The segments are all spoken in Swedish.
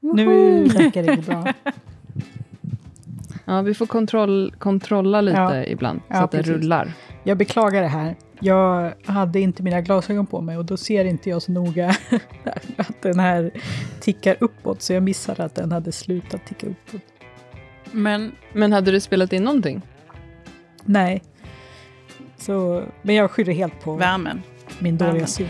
Nu verkar det gå bra. Ja, vi får kontrolla lite ibland så att det rullar. Jag beklagar det här. Jag hade inte mina glasögon på mig och då ser inte jag så noga att den här tickar uppåt. Så jag missade att den hade slutat ticka uppåt. Men hade du spelat in någonting? Nej. Men jag skyller helt på värmen. Min dåliga syn.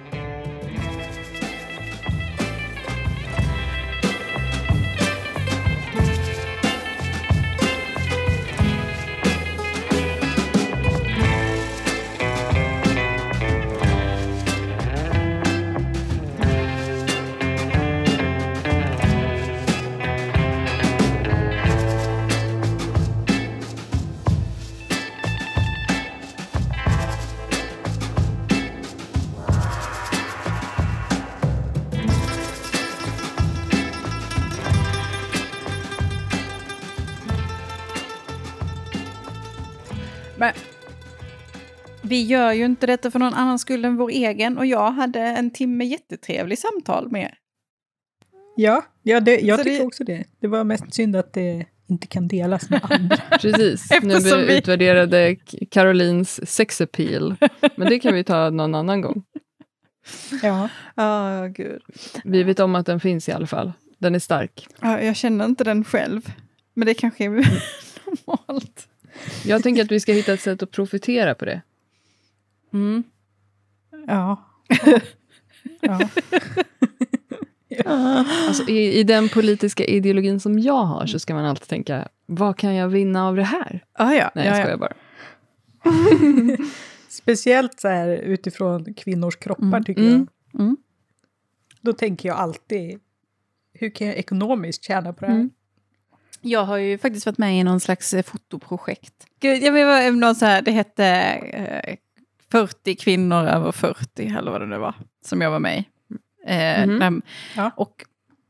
Men vi gör ju inte detta för någon annan skull än vår egen. Och jag hade en timme jättetrevlig samtal med. Ja, jag tycker också det. Det var mest synd att det inte kan delas med andra. Precis, nu utvärderade Carolines sex appeal. Men det kan vi ta någon annan gång. Ja. Gud. Vi vet om att den finns i alla fall. Den är stark. Ja, jag känner inte den själv. Men det kanske är normalt. Jag tänker att vi ska hitta ett sätt att profitera på det. Mm. Ja. Alltså, i den politiska ideologin som jag har så ska man alltid tänka, vad kan jag vinna av det här? Nej, jag skojar bara. Speciellt så här utifrån kvinnors kroppar tycker jag. Mm. Då tänker jag alltid, hur kan jag ekonomiskt tjäna på det här? Jag har ju faktiskt varit med i någon slags fotoprojekt. Gud, jag vet någon så här, det hette 40 kvinnor över 40 eller vad det nu var som jag var med i. Och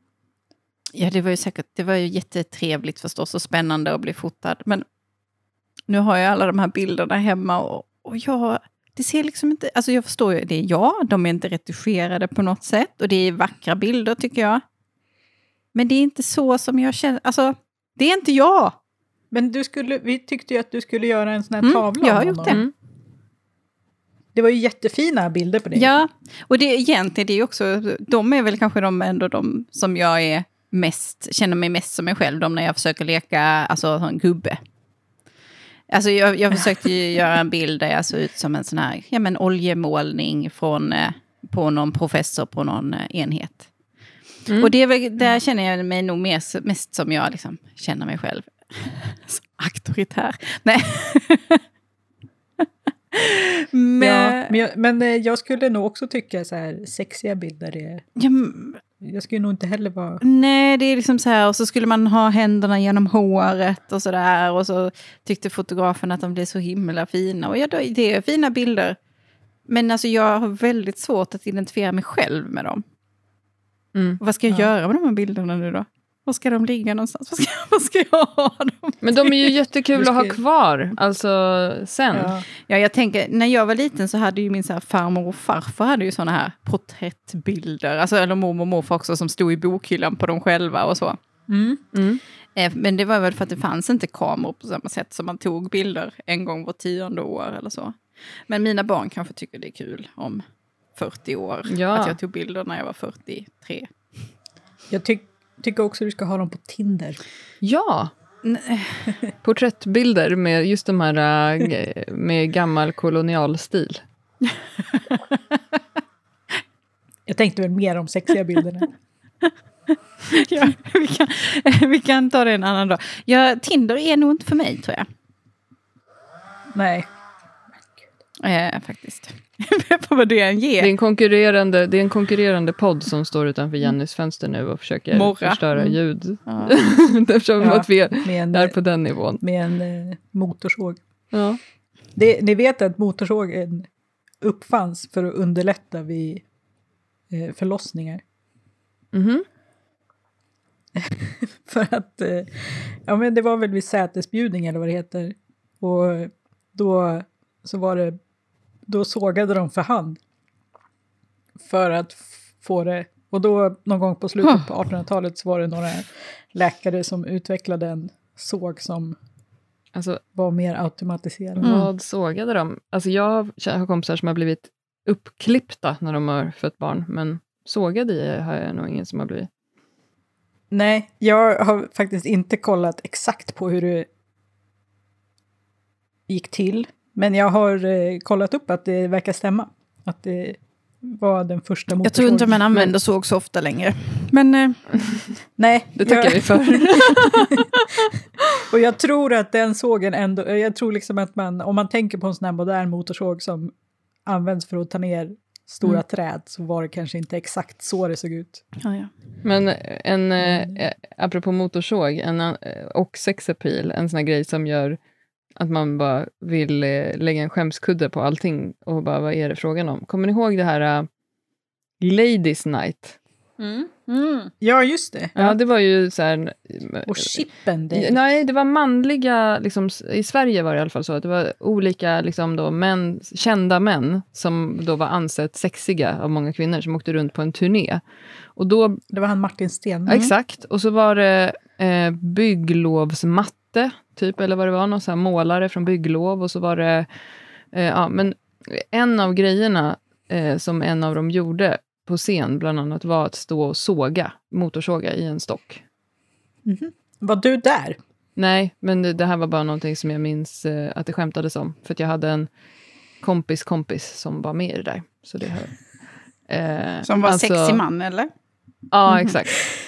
det var ju jättetrevligt förstås och spännande att bli fotad. Men nu har jag alla de här bilderna hemma och det ser liksom inte, alltså jag förstår ju, de är inte retuscherade på något sätt och det är vackra bilder tycker jag. Men det är inte så som jag känner, alltså det är inte jag. Men vi tyckte ju att du skulle göra en sån här tavla. Jag har gjort det. Det var ju jättefina bilder på det. Ja, och det är också, de är väl kanske de som jag känner mig mest som mig själv, de när jag försöker leka, alltså en gubbe. Alltså jag försökte ju göra en bild där jag såg ut som en sån här, oljemålning på någon professor på någon enhet. Och det är väl, där känner jag mig nog mest som jag liksom känner mig själv. Auktoritär. Nej. Men jag skulle nog också tycka så här sexiga bilder är... Jag skulle nog inte heller vara... Nej, det är liksom så här, och så skulle man ha händerna genom håret och så där, och så tyckte fotografen att de blev så himla fina. Och det är fina bilder. Men alltså jag har väldigt svårt att identifiera mig själv med dem. Vad ska jag göra med de här bilderna nu då? Var ska de ligga någonstans? Vad ska jag ha dem? Men de är ju jättekul att ha kvar. Alltså sen. Ja, jag tänker, när jag var liten så hade ju min så här farmor och farfar hade ju såna här porträttbilder. Alltså, eller mormor och morfar också som stod i bokhyllan på dem själva och så. Men det var väl för att det fanns inte kameror på samma sätt som man tog bilder en gång var 10:e år eller så. Men mina barn kanske tycker det är kul om 40 år. Att jag tog bilder när jag var 43. Jag tycker också att du ska ha dem på Tinder. Ja. Porträttbilder med just de här med gammal kolonialstil. Jag tänkte väl mer om sexiga bilderna. Ja, vi kan ta det en annan dag. Tinder är nog inte för mig, tror jag. Nej. Faktiskt. Vad det ger. Det är en konkurrerande podd som står utanför Jennys fönster nu och försöker förstöra ljud. Eftersom att vi är på den nivån. Med en motorsåg. Ja. Ni vet att motorsågen uppfanns för att underlätta vid förlossningar. För att men det var väl vid sätesbjudning eller vad det heter. Och då sågade de för hand för att få det Och då någon gång på slutet på 1800-talet så var det några läkare som utvecklade en såg som var mer automatiserad. Vad sågade de? Alltså jag har kompisar som har blivit uppklippta när de har fött barn, men sågade har jag nog ingen som har blivit. Nej, jag har faktiskt inte kollat exakt på hur det gick till. Men jag har kollat upp att det verkar stämma. Att det var den första motorsågen. Jag tror inte man använder såg så ofta längre. Men nej, det tackar vi för. Och jag tror att den sågen ändå, jag tror liksom att om man tänker på en sån här modern motorsåg som används för att ta ner stora träd, så var det kanske inte exakt så det såg ut. Ja. Men apropå motorsåg och sexappeal, en sån här grej som gör att man bara vill lägga en skämskudde på allting och bara, vad är det frågan om? Kommer ni ihåg det här Ladies Night? Ja, just det. Ja, det var ju så här... Och chippen day. Nej, det var manliga, liksom, i Sverige var det i alla fall så, att det var olika liksom då, kända män som då var ansett sexiga av många kvinnor som åkte runt på en turné. Och då, det var han Martin Sten. Exakt, och så var det bygglovsmatte typ, eller vad det var, någon sån här målare från bygglov, och så var det men en av grejerna som en av dem gjorde på scen bland annat var att stå och motorsåga i en stock. Var du där? Nej, men det här var bara någonting som jag minns att det skämtades om, för att jag hade en kompis som var med i det där, så det hör. Som var sexig man, eller? Ja, exakt.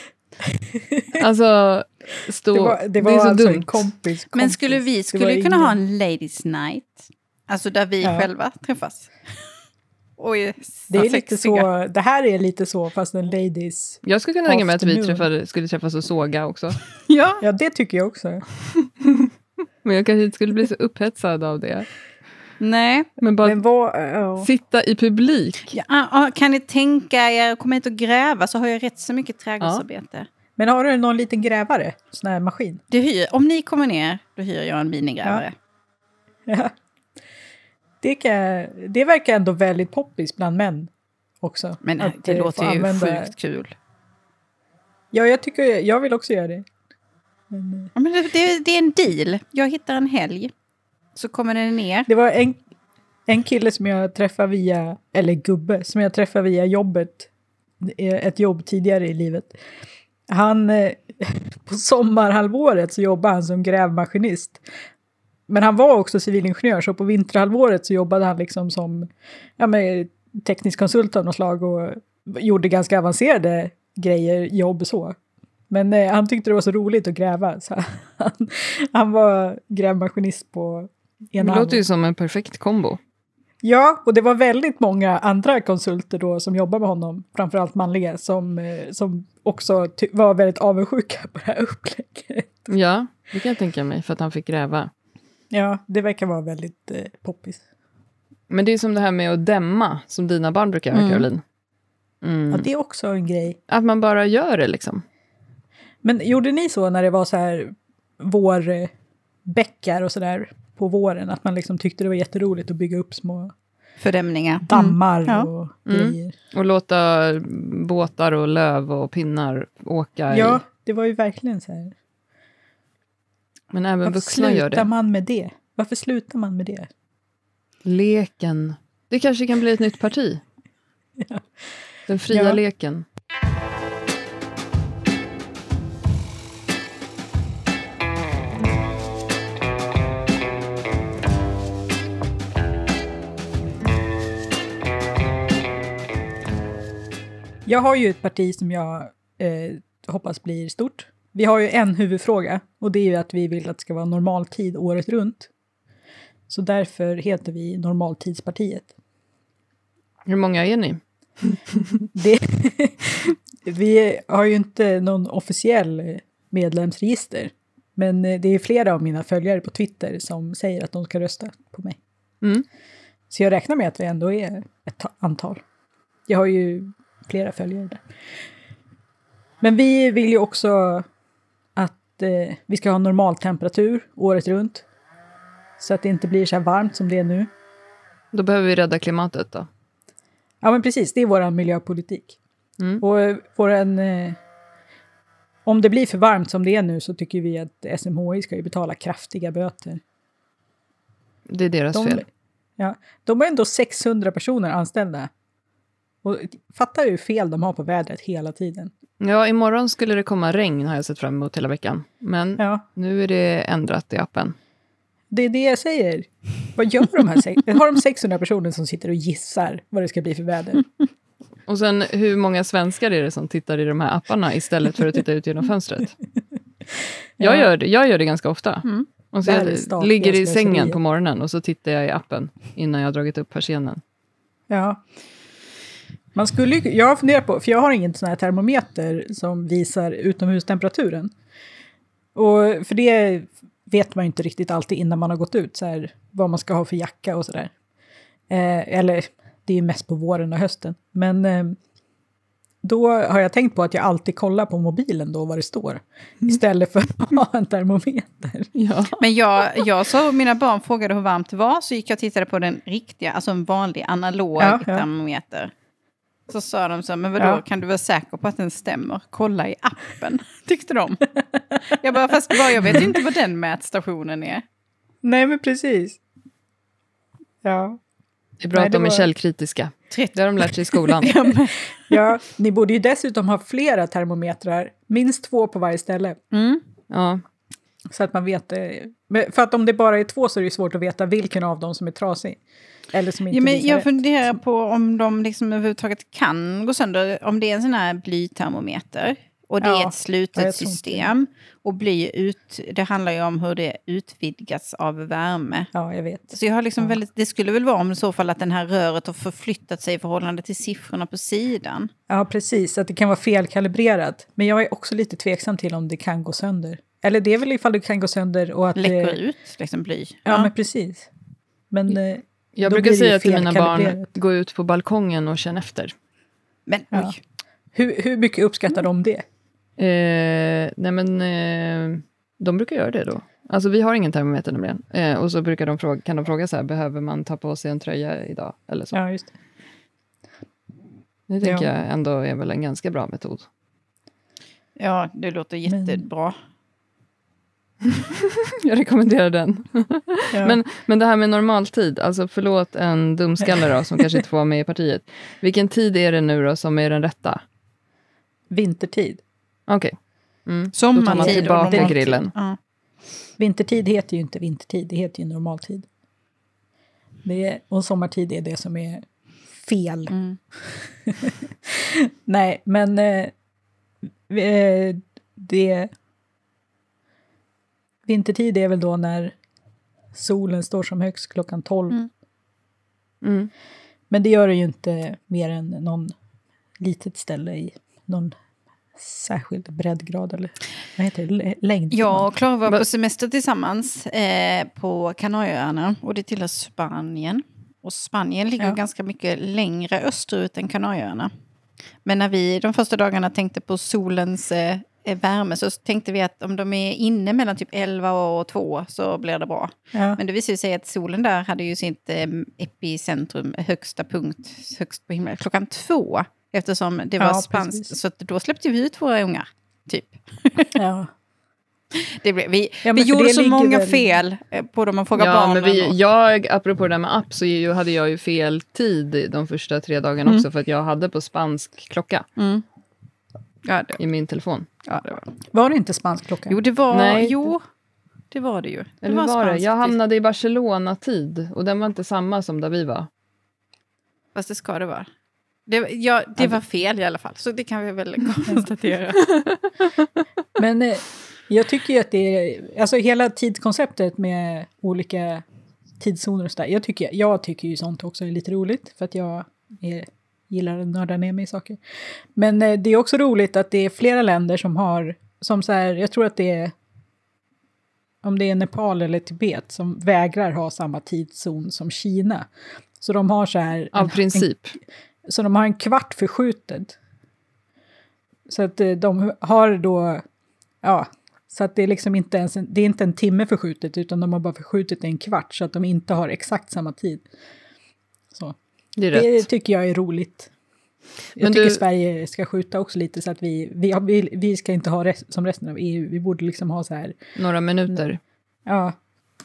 Alltså det var så alltså dumt. En kompis. Men skulle kunna ha en ladies night, alltså där vi själva träffas. Oj, det är lite så, det här är lite så, fast en ladies. Jag skulle kunna tänka mig att vi skulle träffas och såga också. Ja, det tycker jag också. Men jag kanske inte skulle bli så upphetsad av det. Nej. Men bara sitta i publik. Ja, kan ni tänka er, komma hit och gräva, så har jag rätt så mycket trädgårdsarbete. Ja. Men har du någon liten grävare? Sån här maskin? Om ni kommer ner, då hyr jag en minigrävare. Ja. Det verkar ändå väldigt poppis bland män också. Men det låter ju sjukt kul. Ja, jag vill också göra det. Men det är en deal. Jag hittar en helg. Så kommer den ner. Det var en kille som jag träffade gubbe som jag träffade via jobbet. Ett jobb tidigare i livet. Han, på sommarhalvåret så jobbade han som grävmaskinist. Men han var också civilingenjör, så på vinterhalvåret så jobbade han liksom som teknisk konsult av något slag och gjorde ganska avancerade jobb så. Men han tyckte det var så roligt att gräva, så han var grävmaskinist på Det låter ju som en perfekt kombo. Ja, och det var väldigt många andra konsulter då som jobbade med honom, framförallt manliga, som också var väldigt avundsjuka på det här upplägget. Ja, det kan jag tänka mig, för att han fick gräva. Ja, det verkar vara väldigt poppis. Men det är som det här med att dämma, som dina barn brukar göra, Caroline. Ja, det är också en grej. Att man bara gör det liksom. Men gjorde ni så när det var så här vårbäckar och sådär på våren? Att man liksom tyckte det var jätteroligt att bygga upp små fördämningar, dammar och grejer. Och låta båtar och löv och pinnar åka Ja, det var ju verkligen så här. Men även vuxna gör det. Varför slutar man med det? Leken. Det kanske kan bli ett nytt parti. Ja. Den fria leken. Jag har ju ett parti som jag hoppas blir stort. Vi har ju en huvudfråga, och det är ju att vi vill att det ska vara normaltid året runt. Så därför heter vi Normaltidspartiet. Hur många är ni? Vi har ju inte någon officiell medlemsregister. Men det är flera av mina följare på Twitter som säger att de ska rösta på mig. Så jag räknar med att vi ändå är ett antal. Jag har ju flera följare där. Men vi vill ju också att vi ska ha normal temperatur året runt. Så att det inte blir så här varmt som det är nu. Då behöver vi rädda klimatet då. Ja, men precis. Det är vår miljöpolitik. Och om det blir för varmt som det är nu så tycker vi att SMHI ska ju betala kraftiga böter. Det är deras fel. Ja, de har ändå 600 personer anställda. Och fattar du hur fel de har på vädret hela tiden? Ja, imorgon skulle det komma regn har jag sett fram emot hela veckan. Men nu är det ändrat i appen. Det är det jag säger. Vad gör de här? Har de 600 personer som sitter och gissar vad det ska bli för väder? Och sen hur många svenskar är det som tittar i de här apparna istället för att titta ut genom fönstret? Jag gör det ganska ofta. Och så jag ligger i sängen på morgonen och så tittar jag i appen innan jag har dragit upp persiennen. Ja. Jag har funderat på, för jag har ingen sån här termometer som visar utomhustemperaturen. Och för det vet man ju inte riktigt alltid innan man har gått ut, så här, vad man ska ha för jacka och sådär. Eller det är ju mest på våren och hösten. Men då har jag tänkt på att jag alltid kollar på mobilen då vad det står. Istället för att ha en termometer. Ja. Men jag så mina barn frågade hur varmt det var, så gick jag och tittade på den riktiga, alltså en vanlig analog termometer. Så sa de så, men vadå, kan du vara säker på att den stämmer? Kolla i appen, tyckte de. Jag bara, jag vet inte vad den mätstationen är. Nej, men precis. Ja. Det är bra att de är källkritiska. Det har de lärt sig i skolan. Ja, ni borde ju dessutom ha flera termometrar. Minst 2 på varje ställe. Ja. Så att man vet det. För att om det bara är 2 så är det svårt att veta vilken av dem som är trasig. Eller som inte men jag funderar på om de liksom överhuvudtaget kan gå sönder. Om det är en sån här blytermometer. Och det är ett slutet system. Och det handlar ju om hur det utvidgas av värme. Ja, jag vet. Så jag har liksom det skulle väl vara om i så fall att den här röret har förflyttat sig i förhållande till siffrorna på sidan. Ja, precis. Att det kan vara felkalibrerat. Men jag är också lite tveksam till om det kan gå sönder. Eller det är väl ifall det kan gå sönder och att läcker ut liksom bly. Ja, men precis. Men jag brukar säga till mina barn, gå ut på balkongen och känn efter. Men oj. Hur mycket uppskattar de det? Nej men de brukar göra det då. Alltså vi har ingen termometer nämligen. Och så brukar kan de fråga så här, behöver man ta på sig en tröja idag? Eller så. Ja, just det. Det tänker jag ändå är väl en ganska bra metod. Ja, det låter jättebra. Jag rekommenderar den. Men det här med normaltid, alltså förlåt en dumskalle då som kanske inte får vara med i partiet. Vilken tid är det nu då som är den rätta? Vintertid. Okej. Sommartid. Då tar man tillbaka grillen. Ja. Vintertid heter ju inte vintertid, det heter ju normaltid. Och sommartid är det som är fel. Nej, men vintertid är väl då när solen står som högst klockan 12. Men det gör det ju inte mer än någon litet ställe i någon särskild breddgrad eller vad heter det? Längd. Jag och Klara var på semester tillsammans på Kanarieöarna och det tillhör Spanien. Och Spanien ligger ganska mycket längre österut än Kanarieöarna. Men när vi de första dagarna tänkte på solens värme så tänkte vi att om de är inne mellan typ 11 och 2 så blir det bra. Ja. Men det visade sig att solen där hade ju sitt epicentrum högsta punkt högst på himlen klockan 2. Eftersom det var spanskt. Så då släppte vi ut våra ungar. Typ. Ja. Vi gjorde så många fel på dem att fråga barnen. Apropå det där med app så hade jag ju fel tid de första 3 dagarna också. För att jag hade på spansk klocka. Ja, i min telefon. Ja, det var det inte spansk klocka? Jo, det var... Nej. Jo, det var det ju. Eller var det? Jag hamnade i Barcelona-tid. Och den var inte samma som där vi var. Fast det ska det vara. Det var fel i alla fall. Så det kan vi väl konstatera. Men jag tycker ju att det är... Alltså hela tidskonceptet med olika tidszoner och sådär. Jag tycker ju sånt också är lite roligt. För att jag gillar att nörda ner mig i saker. Men det är också roligt att det är flera länder som har... Som så här, jag tror att det är... Om det är Nepal eller Tibet som vägrar ha samma tidszon som Kina. Så de har så här... Av princip. Så de har en kvart förskjutet. Så att de har då... Ja, så att det är liksom inte ens det är inte en timme förskjutet utan de har bara förskjutit en kvart så att de inte har exakt samma tid. Så. Det är rätt. Det tycker jag är roligt. Jag tycker Sverige ska skjuta också lite så att vi ska inte ha som resten av EU. Vi borde liksom ha så här... Några minuter. Ja.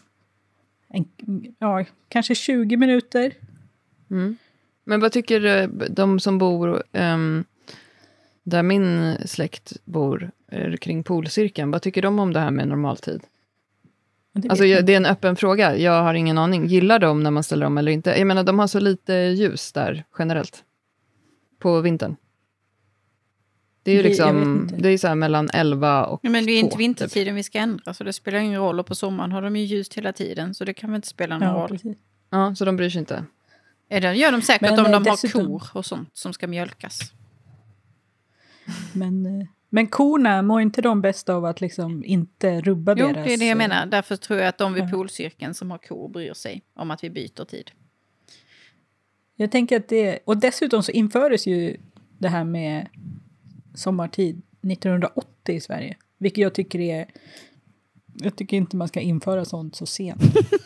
Kanske 20 minuter. Mm. Men vad tycker de som bor där min släkt bor kring polcirkeln? Vad tycker de om det här med normaltid? Alltså det är en öppen fråga. Jag har ingen aning. Gillar de när man ställer om eller inte? Jag menar, de har så lite ljus där generellt. På vintern. Det är ju liksom, det är så här mellan 11 och 2. Men det är inte vintertiden vi ska ändra, så det spelar ingen roll. Och på sommaren har de ju ljus hela tiden, så det kan väl inte spela någon roll. Precis. Ja, så de bryr sig inte. Det gör de säkert men, om de dessutom... har kor och sånt som ska mjölkas. Men korna, mår inte de bäst av att liksom inte rubba deras... Jo, det är det jag menar. Därför tror jag att de vid polcirkeln som har kor bryr sig om att vi byter tid. Jag tänker att det... Och dessutom så infördes ju det här med sommartid 1980 i Sverige. Vilket jag tycker är... Jag tycker inte man ska införa sånt så sent.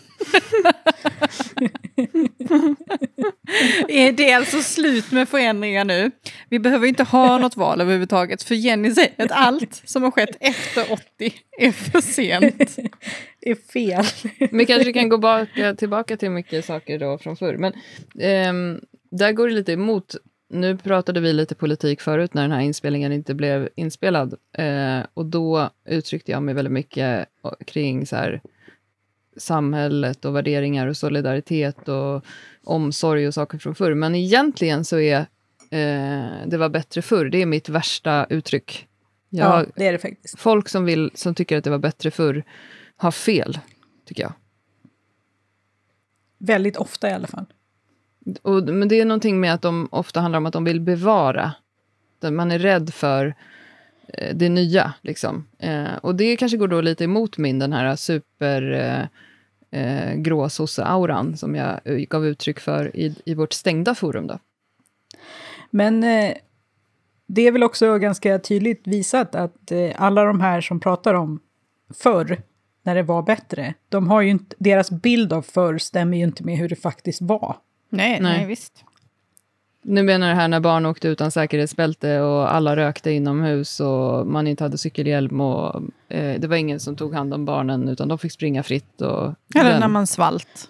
Är det alltså slut med förändringar nu? Vi behöver inte ha något val överhuvudtaget. För Jenny säger att allt som har skett efter 80 är för sent. Det är fel. Vi kanske kan gå tillbaka till mycket saker då från förr. Men där går det lite emot. Nu pratade vi lite politik förut när den här inspelningen inte blev inspelad. Och då uttryckte jag mig väldigt mycket kring så här, samhället och värderingar och solidaritet och omsorg och saker från förr. Men egentligen så är det var bättre förr. Det är mitt värsta uttryck. Ja, det är det faktiskt. Folk som tycker att det var bättre förr har fel, tycker jag. Väldigt ofta i alla fall. Men det är någonting med att de ofta handlar om att de vill bevara. Man är rädd för det nya, liksom. Och det kanske går då lite emot den här super gråsosse-auran som jag gav uttryck för i vårt stängda forum då. Men det är väl också ganska tydligt visat att alla de här som pratar om förr, när det var bättre, de har ju inte, deras bild av förr stämmer ju inte med hur det faktiskt var. Nej, visst. Nu menar det här när barn åkte utan säkerhetsbälte och alla rökte inomhus och man inte hade cykelhjälm och det var ingen som tog hand om barnen utan de fick springa fritt. Eller när man svalt.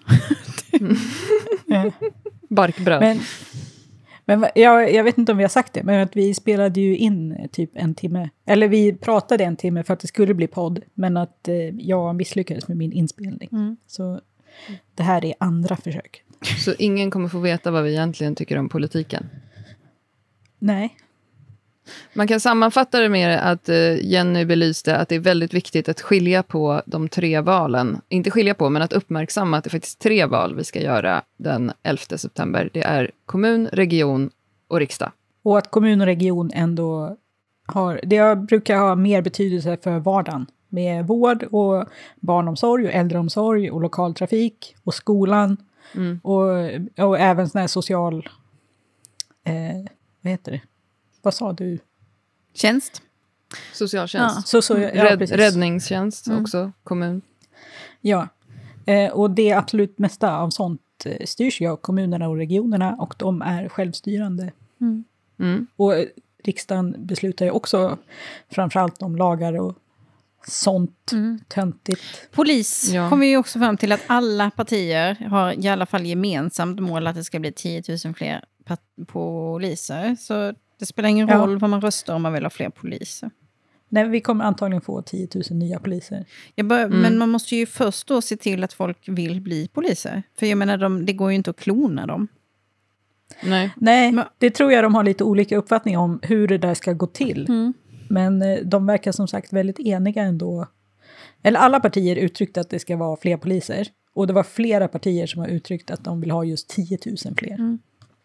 Barkbröd. Men jag vet inte om vi har sagt det, men att vi spelade ju in typ 1 timme. Eller vi pratade 1 timme för att det skulle bli podd, men att jag misslyckades med min inspelning. Så det här är andra försök. Så ingen kommer få veta vad vi egentligen tycker om politiken? Nej. Man kan sammanfatta det med att Jenny belyste att det är väldigt viktigt att skilja på de 3 valen. Inte skilja på, men att uppmärksamma att det är faktiskt 3 val vi ska göra den 11 september. Det är kommun, region och riksdag. Och att kommun och region ändå det brukar ha mer betydelse för vardagen. Med vård och barnomsorg och äldreomsorg och lokaltrafik och skolan. Och även sån här social... vad heter det? Vad sa du? Tjänst. Socialtjänst. Ja. Räddningstjänst också, kommun. Ja, och det absolut mesta av sånt styrs ju av kommunerna och regionerna och de är självstyrande. Och riksdagen beslutar ju också framförallt om lagar och sånt töntigt. Polis kommer ju också fram till att alla partier har i alla fall gemensamt mål att det ska bli 10 000 fler poliser. Så det spelar ingen roll vad man röstar om man vill ha fler poliser. Nej, vi kommer antagligen få 10 000 nya poliser. Men man måste ju först då se till att folk vill bli poliser. För jag menar, det går ju inte att klona dem. Nej, det tror jag de har lite olika uppfattning om hur det där ska gå till. Men de verkar som sagt väldigt eniga ändå. Eller alla partier uttryckte att det ska vara fler poliser. Och det var flera partier som har uttryckt att de vill ha just 10 000 fler.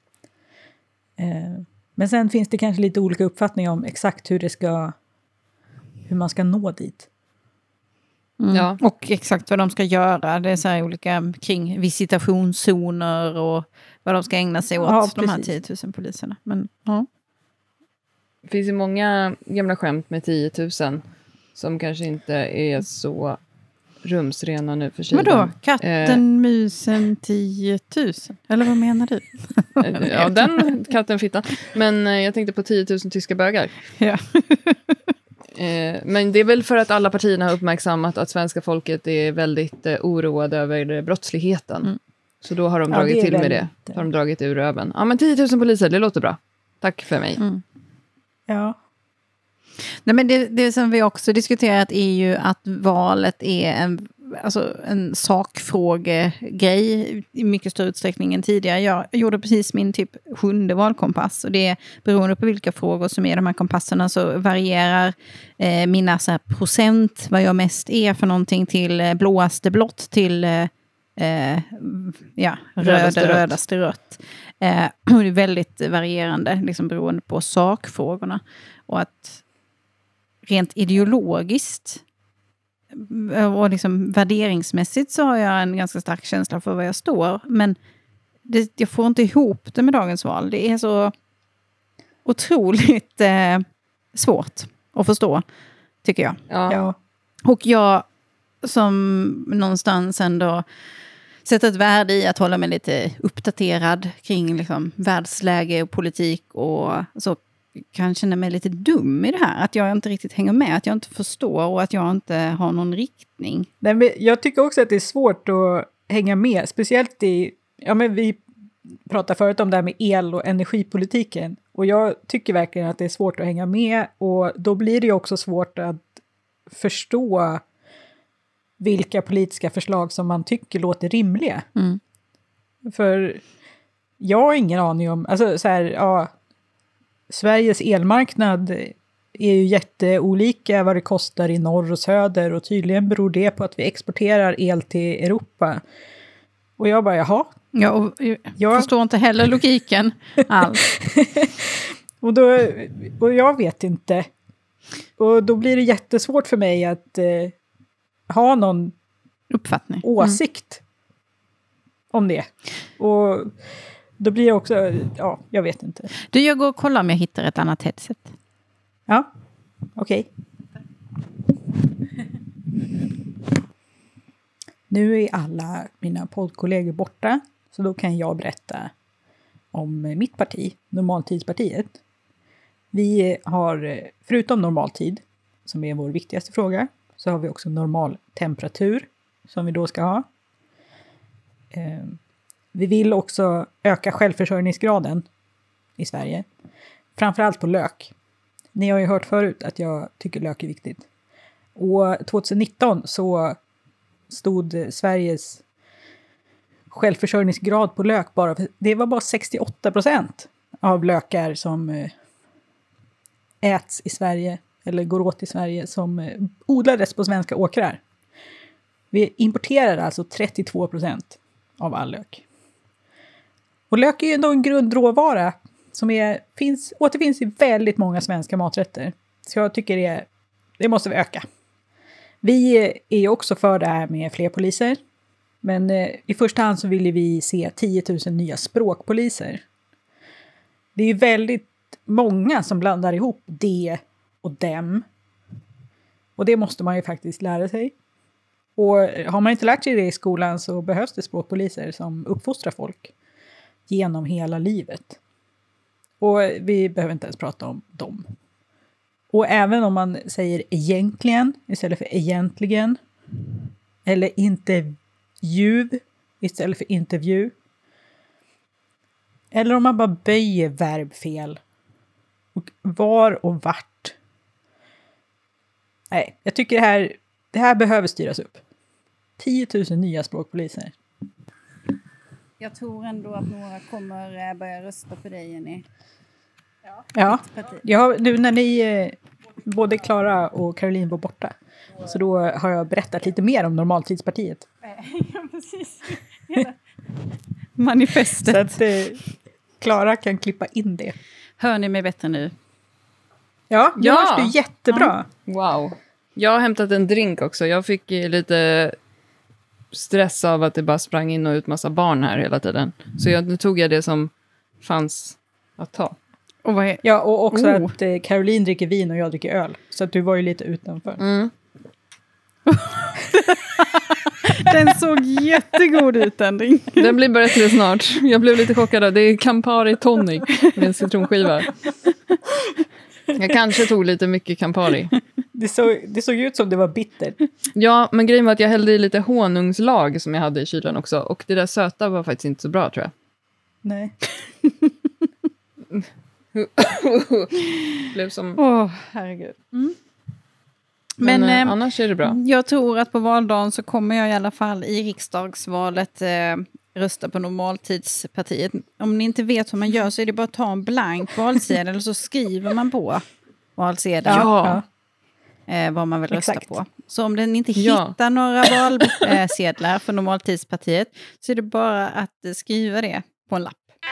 Men sen finns det kanske lite olika uppfattningar om exakt hur man ska nå dit. Ja. Och exakt vad de ska göra. Det är så här olika kring visitationszoner och vad de ska ägna sig åt, de här 10 000 poliserna. Men, Det finns ju många gamla skämt med 10 000 som kanske inte är så rumsrena nu för tiden. Vadå? Katten, musen, 10 000? Eller vad menar du? Ja, den katten fittan. Men jag tänkte på 10 000 tyska bögar. Ja. Men det är väl för att alla partierna har uppmärksammat att svenska folket är väldigt oroade över brottsligheten. Mm. Så då har de dragit till med det. Då har de dragit ur röven. Ja, men 10 000 poliser, det låter bra. Tack för mig. Mm. Ja. Nej, men det som vi också diskuterat är ju att valet är en sakfrågegrej i mycket större utsträckning än tidigare. Jag gjorde precis min typ 7:e valkompass, och det är beroende på vilka frågor som är de här kompasserna så varierar mina så här procent, vad jag mest är för någonting, till blåaste blått till rödaste rött. Och det är väldigt varierande liksom beroende på sakfrågorna, och att rent ideologiskt och liksom värderingsmässigt så har jag en ganska stark känsla för var jag står. Men jag får inte ihop det med dagens val. Det är så otroligt svårt att förstå, tycker jag. Ja. Och jag som någonstans ändå sätter ett värde i att hålla mig lite uppdaterad kring liksom världsläge och politik och så, kan känna mig lite dum i det här. Att jag inte riktigt hänger med, att jag inte förstår och att jag inte har någon riktning. Nej, men jag tycker också att det är svårt att hänga med. Speciellt men vi pratade förut om det här med el- och energipolitiken. Och jag tycker verkligen att det är svårt att hänga med. Och då blir det ju också svårt att förstå vilka politiska förslag som man tycker låter rimliga. Mm. För jag har ingen aning om... Alltså så här, ja... Sveriges elmarknad är ju jätteolika vad det kostar i norr och söder, och tydligen beror det på att vi exporterar el till Europa. Och jag bara, jaha. Ja, och jag förstår inte heller logiken alls. och jag vet inte. Och då blir det jättesvårt för mig att ha någon uppfattning, åsikt om det. Och då blir det också, ja, jag vet inte. Du, jag går och kollar om jag hittar ett annat headset. Ja, okej. Nu är alla mina poddkollegor borta, så då kan jag berätta om mitt parti, Normaltidspartiet. Vi har, förutom normaltid, som är vår viktigaste fråga, så har vi också normal temperatur, som vi då ska ha. Vi vill också öka självförsörjningsgraden i Sverige. Framförallt på lök. Ni har ju hört förut att jag tycker lök är viktigt. Och 2019 så stod Sveriges självförsörjningsgrad på lök det var bara 68% av lökar som äts i Sverige eller går åt i Sverige som odlades på svenska åkrar. Vi importerar alltså 32% av all lök. Och lök är ju ändå en grundråvara som återfinns i väldigt många svenska maträtter. Så jag tycker det måste vi öka. Vi är ju också för det här med fler poliser. Men i första hand så vill vi se 10 000 nya språkpoliser. Det är ju väldigt många som blandar ihop det och dem. Och det måste man ju faktiskt lära sig. Och har man inte lärt sig det i skolan så behövs det språkpoliser som uppfostrar folk genom hela livet. Och vi behöver inte ens prata om dem. Och även om man säger egentligen istället för egentligen, eller intervju istället för intervju, eller om man bara böjer verb fel, och var och vart. Nej, jag tycker det här behöver styras upp. 10 000 nya språkpoliser. Jag tror ändå att några kommer börja rösta på dig, Jenny. Ja, nu när ni både Klara och Caroline var borta, så då har jag berättat lite mer om Normaltidspartiet. Ja, precis. Manifestet. Så att Klara kan klippa in det. Hör ni mig bättre nu? Ja, jag hörs du jättebra. Wow. Jag har hämtat en drink också. Jag fick lite stress av att det bara sprang in och ut massa barn här hela tiden. Så nu tog jag det som fanns att ta. Ja, och också att Caroline dricker vin och jag dricker öl. Så att du var ju lite utanför. Mm. Den såg jättegod ut, den drinken. Den blir bättre snart. Jag blev lite chockad. Det är Campari tonic med en citronskiva. Jag kanske tog lite mycket Campari. Det såg ut som det var bitter. Ja, men grejen var att jag hällde i lite honungslag som jag hade i kylen också. Och det där söta var faktiskt inte så bra, tror jag. Nej. Blev som... Herregud. Men annars är det bra. Jag tror att på valdagen så kommer jag i alla fall i riksdagsvalet rösta på Normaltidspartiet. Om ni inte vet hur man gör så är det bara att ta en blank valsedel och så skriver man på valsedeln. Ja. Vad man vill rösta Exakt. på. Så om den inte hittar några valsedlar för Normaltidspartiet så är det bara att skriva det på en lapp.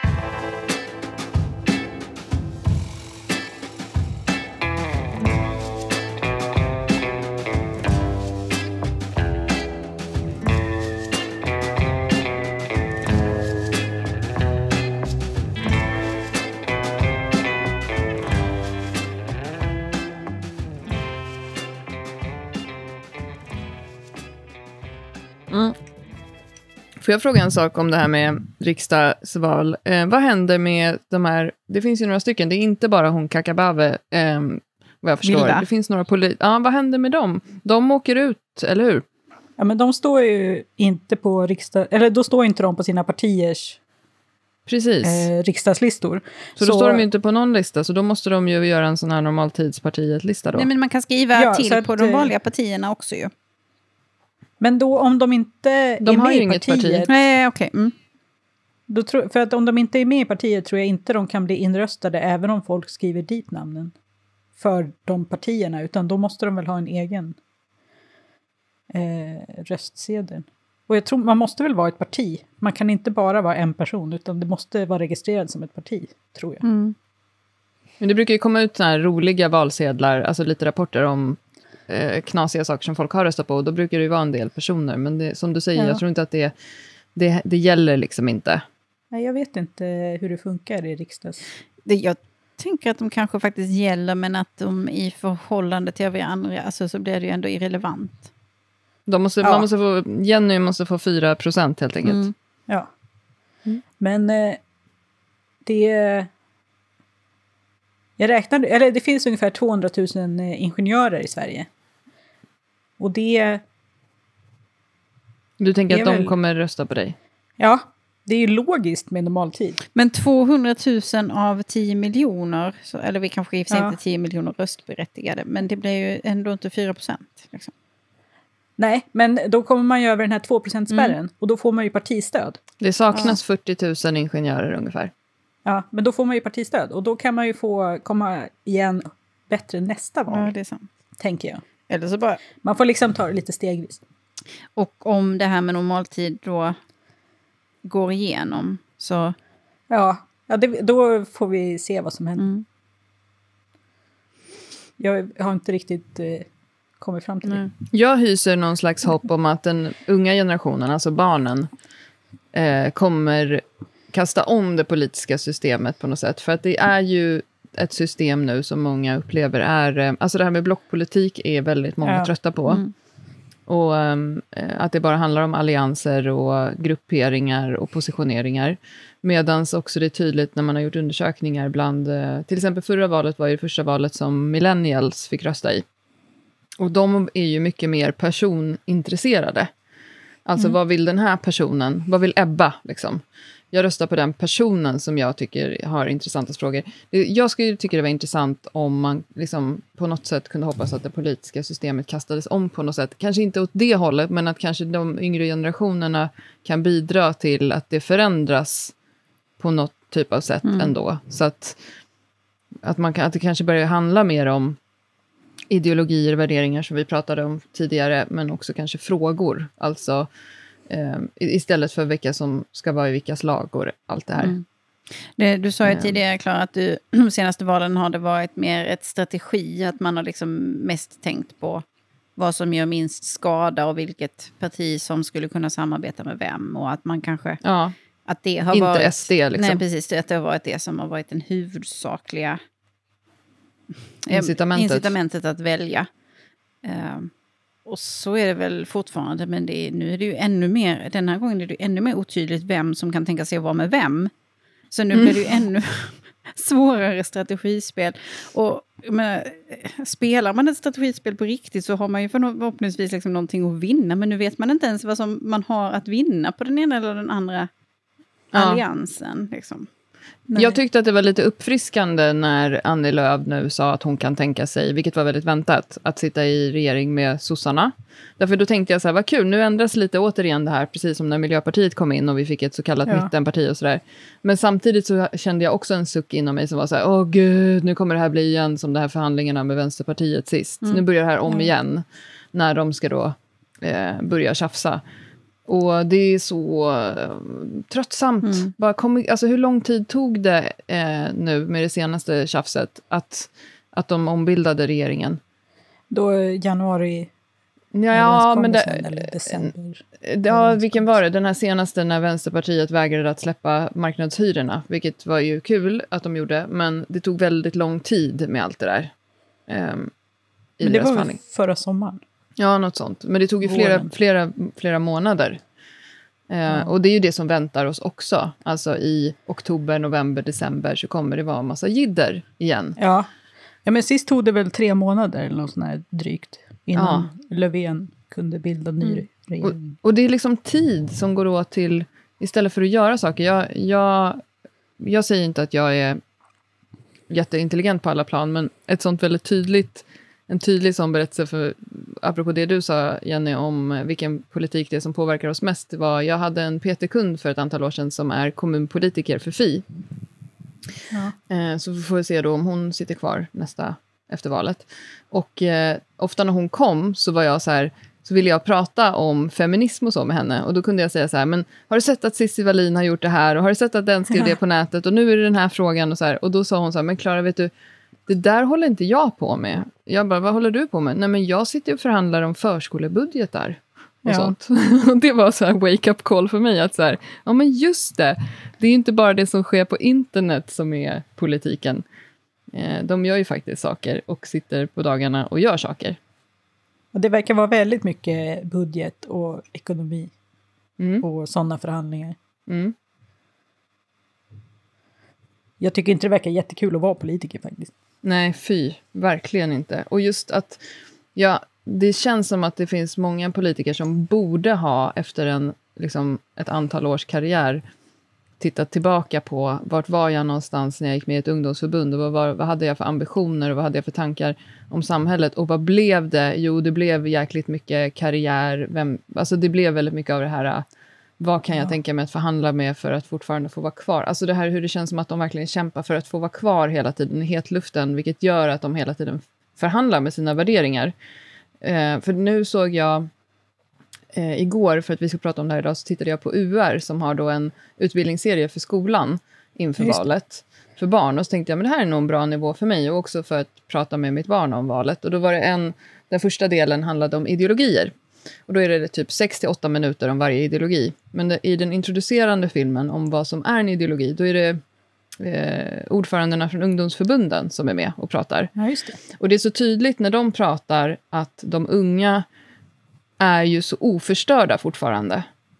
Får jag fråga en sak om det här med riksdagsval? Vad händer med de här... Det finns ju några stycken. Det är inte bara hon Kakabave, vad jag förstår. Vilda. Det finns några vad händer med dem? De åker ut, eller hur? Ja, men de står ju inte på eller då står inte de på sina partiers Precis. riksdagslistor. Så då står de ju inte på någon lista, så då måste de ju göra en sån här Normaltidspartiet-lista då. Nej, men man kan skriva till så att, på de vanliga partierna också ju. Men då om de inte är har med ju i inget partiet... parti. Nej, okej. För att om de inte är med i partiet tror jag inte de kan bli inröstade även om folk skriver dit namnen för de partierna, utan då måste de väl ha en egen röstsedel. Och jag tror man måste väl vara ett parti. Man kan inte bara vara en person, utan det måste vara registrerat som ett parti, tror jag. Men det brukar ju komma ut såna här roliga valsedlar, alltså lite rapporter om knasiga saker som folk har röstat på, och då brukar det ju vara en del personer, men det, som du säger, jag tror inte att det gäller liksom inte. Nej, jag vet inte hur det funkar i riksdags. Jag tänker att de kanske faktiskt gäller, men att de i förhållande till övriga andra, alltså så blir det ju ändå irrelevant. Jenny måste få 4% helt enkelt. Ja. Men det finns ungefär 200 000 ingenjörer i Sverige. Och Du tänker att de väl... kommer rösta på dig? Ja, det är ju logiskt med normaltid. Men 200 000 av 10 miljoner, eller vi kanske i och för sig inte 10 miljoner röstberättigade, men det blir ju ändå inte 4%. Liksom. Nej, men då kommer man ju över den här 2%-spärren och då får man ju partistöd. Det saknas 40 000 ingenjörer ungefär. Ja, men då får man ju partistöd och då kan man ju få komma igen bättre nästa val. Ja, det är sant. Tänker jag. Eller så bara... Man får liksom ta det lite stegvis. Och om det här med normaltid då går igenom så... Ja då får vi se vad som händer. Jag har inte riktigt kommit fram till det. Jag hyser någon slags hopp om att den unga generationen, alltså barnen, kommer kasta om det politiska systemet på något sätt. För att det är ju ett system nu som många upplever är... Alltså det här med blockpolitik är väldigt många trötta på. Och att det bara handlar om allianser och grupperingar och positioneringar. Medans också det är tydligt när man har gjort undersökningar bland... till exempel förra valet var ju det första valet som millennials fick rösta i. Och de är ju mycket mer personintresserade. Alltså vad vill den här personen? Vad vill Ebba liksom? Jag röstar på den personen som jag tycker har intressanta frågor. Jag skulle tycka det var intressant om man liksom på något sätt kunde hoppas att det politiska systemet kastades om på något sätt. Kanske inte åt det hållet, men att kanske de yngre generationerna kan bidra till att det förändras på något typ av sätt ändå. Så att det kanske börjar handla mer om ideologier, värderingar som vi pratade om tidigare, men också kanske frågor. Alltså istället för vilka som ska vara i vilkas lag och allt det här. Du sa ju tidigare, Klara, att de senaste valen har det varit mer ett strategi, att man har liksom mest tänkt på vad som gör minst skada och vilket parti som skulle kunna samarbeta med vem, och att man kanske... Ja, att det har inte varit, SD liksom. Nej, precis. Att det har varit det som har varit den huvudsakliga... Incitamentet att välja. Och så är det väl fortfarande, men nu är det ju ännu mer, den här gången är det ännu mer otydligt vem som kan tänka sig att vara med vem. Så nu blir det ju ännu svårare strategispel. Och spelar man ett strategispel på riktigt så har man ju förhoppningsvis liksom någonting att vinna, men nu vet man inte ens vad som man har att vinna på den ena eller den andra alliansen. Liksom. Jag tyckte att det var lite uppfriskande när Annie Lööf nu sa att hon kan tänka sig, vilket var väldigt väntat, att sitta i regering med sossarna. Därför då tänkte jag så här, vad kul, nu ändras lite återigen det här, precis som när Miljöpartiet kom in och vi fick ett så kallat mittenparti och sådär. Men samtidigt så kände jag också en suck inom mig som var så här, åh gud, nu kommer det här bli igen som de här förhandlingarna med Vänsterpartiet sist. Nu börjar det här om igen, när de ska då börja tjafsa. Och det är så tröttsamt. Alltså hur lång tid tog det nu med det senaste tjafset att de ombildade regeringen? Då januari. Ja, men eller december. Ja, vilken var det? Den här senaste när Vänsterpartiet vägrade att släppa marknadshyrorna. Vilket var ju kul att de gjorde. Men det tog väldigt lång tid med allt det där. Men det var väl förra sommaren? Ja, något sånt. Men det tog ju flera månader. Och det är ju det som väntar oss också. Alltså i oktober, november, december så kommer det vara en massa jidder igen. Ja, men sist tog det väl 3 månader eller något sånt här drygt. Innan Löfven kunde bilda ny regering. Och det är liksom tid som går åt till, istället för att göra saker. Jag säger inte att jag är jätteintelligent på alla plan, men ett sånt väldigt en tydlig sån berättelse för, apropå det du sa, Jenny, om vilken politik det är som påverkar oss mest, var jag hade en PT-kund för ett antal år sedan som är kommunpolitiker för Fi. Så får vi se då om hon sitter kvar efter valet. Och ofta när hon kom så var jag så här, så ville jag prata om feminism och så med henne. Och då kunde jag säga så här, men har du sett att Cissi Wallin har gjort det här? Och har du sett att den skrev det på nätet? Och nu är det den här frågan och så här. Och då sa hon så här, men Klara, vet du, det där håller inte jag på med. Jag bara, vad håller du på med? Nej, men jag sitter och förhandlar om förskolebudgetar. Och sånt. Och det var så här wake-up call för mig. Att så här, ja men just det. Det är inte bara det som sker på internet som är politiken. De gör ju faktiskt saker och sitter på dagarna och gör saker. Och det verkar vara väldigt mycket budget och ekonomi. Och sådana förhandlingar. Jag tycker inte det verkar jättekul att vara politiker faktiskt. Nej, fy. Verkligen inte. Och just att, det känns som att det finns många politiker som borde ha, efter ett antal års karriär, tittat tillbaka på vart var jag någonstans när jag gick med i ett ungdomsförbund och vad hade jag för ambitioner och vad hade jag för tankar om samhället och vad blev det? Jo, det blev jäkligt mycket karriär. Alltså det blev väldigt mycket av det här, vad kan jag tänka mig att förhandla med för att fortfarande få vara kvar? Alltså det här hur det känns som att de verkligen kämpar för att få vara kvar hela tiden i hetluften, vilket gör att de hela tiden förhandlar med sina värderingar. För nu såg jag igår, för att vi ska prata om det här idag, så tittade jag på UR som har då en utbildningsserie för skolan inför valet för barn. Och så tänkte jag, men det här är nog en bra nivå för mig och också för att prata med mitt barn om valet. Och då var det den första delen handlade om ideologier. Och då är det typ 6-8 minuter om varje ideologi. Men i den introducerande filmen om vad som är en ideologi, då är det ordförandena från ungdomsförbunden som är med och pratar. Ja, just det. Och det är så tydligt när de pratar att de unga är ju så oförstörda fortfarande.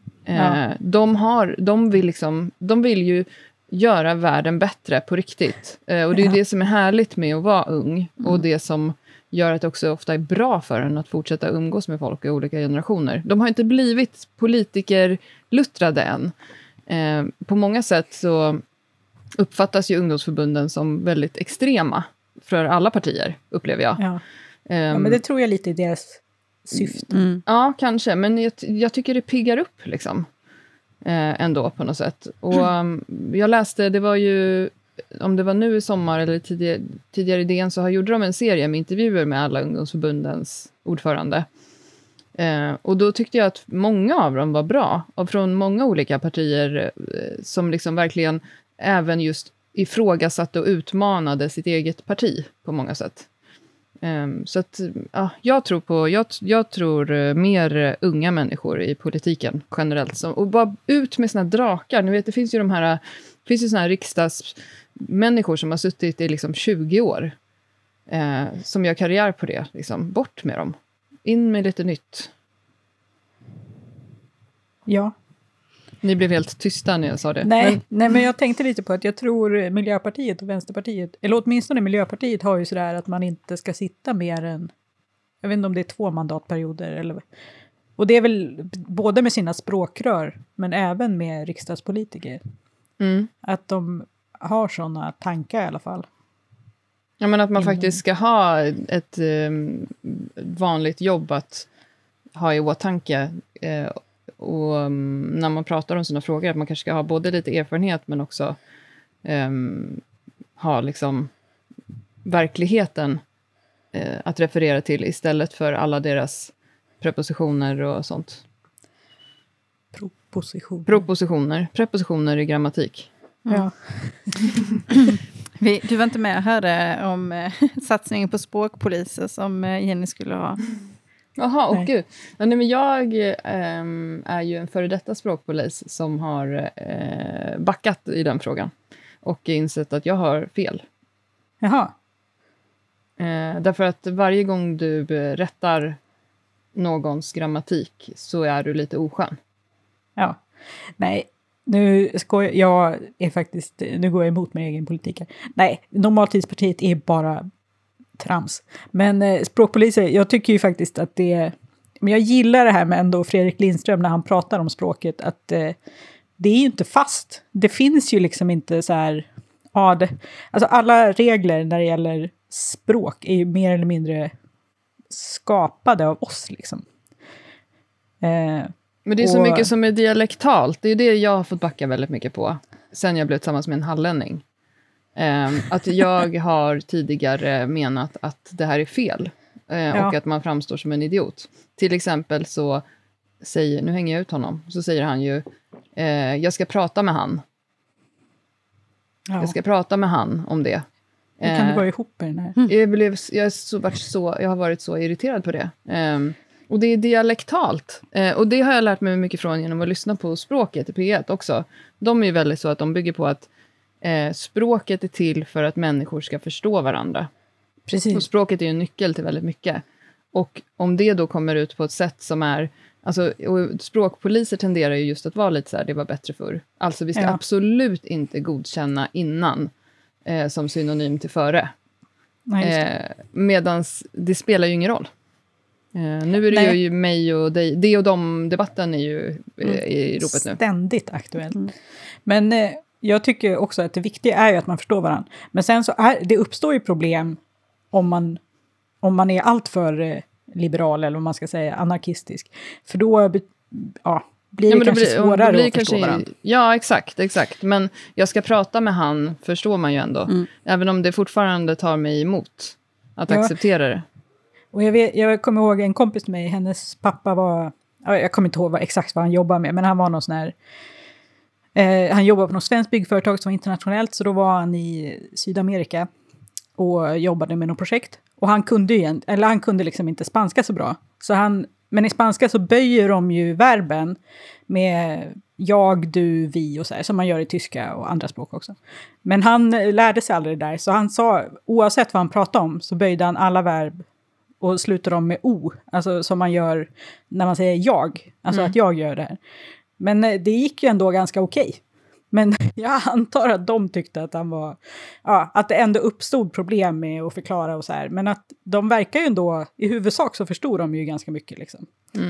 De vill ju göra världen bättre på riktigt. Och det är det som är härligt med att vara ung. Och det som gör att det också ofta är bra för en att fortsätta umgås med folk i olika generationer. De har inte blivit politikerluttrade än. På många sätt så uppfattas ju ungdomsförbunden som väldigt extrema för alla partier, upplever jag. Ja, men det tror jag lite i deras syfte. Ja, kanske. Men jag tycker det piggar upp liksom. Ändå på något sätt. Och jag läste, det var ju, om det var nu i sommar eller tidigare i DN, så gjorde de en serie med intervjuer med alla ungdomsförbundens ordförande. Och då tyckte jag att många av dem var bra. Och från många olika partier som liksom verkligen även just ifrågasatte och utmanade sitt eget parti på många sätt. Så att jag tror mer unga människor i politiken generellt. Och bara ut med såna drakar. Ni vet, det finns ju såna här riksdagsmänniskor som har suttit i liksom 20 år. Som gör karriär på det. Liksom, bort med dem. in med lite nytt. Ja. Ni blev helt tysta när jag sa det. Nej, men jag tänkte lite på att jag tror Miljöpartiet och Vänsterpartiet, eller åtminstone Miljöpartiet har ju sådär att man inte ska sitta mer än, jag vet inte om det är 2 mandatperioder eller, och det är väl både med sina språkrör men även med riksdagspolitiker. Att de har sådana tankar i alla fall. Ja, men att man faktiskt ska ha ett vanligt jobb att ha i åtanke. Och när man pratar om sådana frågor, att man kanske ska ha både lite erfarenhet men också ha liksom verkligheten att referera till istället för alla deras prepositioner och sånt. Prepositioner i grammatik. Ja. Du var inte med och hörde om satsningen på språkpoliser som Jenny skulle ha. Jaha, och gud. Nej, men jag är ju en före detta språkpolis som har backat i den frågan. Och insett att jag har fel. Jaha. Därför att varje gång du rättar någons grammatik så är du lite oskön. Ja. Nej, nu går jag emot min egen politik här. Nej, Normaltidspartiet är bara trams. Men språkpoliser, jag tycker ju faktiskt att men jag gillar det här med ändå Fredrik Lindström när han pratar om språket, att det är ju inte fast. Det finns ju liksom inte så här, alltså alla regler när det gäller språk är ju mer eller mindre skapade av oss liksom. Men det är så mycket som är dialektalt. Det är det jag har fått backa väldigt mycket på. Sen jag blev tillsammans med en hallänning. Att jag har tidigare menat att det här är fel. Och att man framstår som en idiot. Till exempel så nu hänger jag ut honom. Så säger han ju, jag ska prata med han. Ja. Jag ska prata med han om det. Hur kan det gå ihop i den här? Jag har varit så irriterad på det. Och det är dialektalt. Och det har jag lärt mig mycket från genom att lyssna på språket i P1 också. De är ju väldigt så att de bygger på att språket är till för att människor ska förstå varandra. Precis. Och språket är ju en nyckel till väldigt mycket. Och om det då kommer ut på ett sätt som är... Alltså, och språkpoliser tenderar ju just att vara lite så här, det var bättre förr. Alltså vi ska absolut inte godkänna innan som synonym till före. Medans det spelar ju ingen roll. Nu är det ju mig och dig. Det och de debatten är ju i ropet nu. Ständigt aktuellt. Men jag tycker också att det viktiga är ju att man förstår varandra. Men sen så det uppstår ju problem om man är alltför liberal eller om man ska säga anarkistisk. För då blir det kanske svårare att förstå varandra. Ja, exakt. Men jag ska prata med han, förstår man ju ändå. Även om det fortfarande tar mig emot att acceptera det. Och jag kommer ihåg en kompis med mig, hennes pappa var, jag kommer inte ihåg exakt vad han jobbar med, men han var någon sån här, han jobbade på något svenskt byggföretag som var internationellt, så då var han i Sydamerika och jobbade med något projekt. Och han kunde liksom inte spanska så bra. Men i spanska så böjer de ju verben med jag, du, vi och så här, som man gör i tyska och andra språk också. Men han lärde sig aldrig det där, så han sa, oavsett vad han pratade om, så böjde han alla verb och slutar dem med o, alltså som man gör när man säger jag, alltså att jag gör det här. Men det gick ju ändå ganska okej. Men jag antar att de tyckte att han var, att det ändå uppstod problem med att förklara och så här. Men att de verkar ju ändå, i huvudsak så förstod de ju ganska mycket liksom.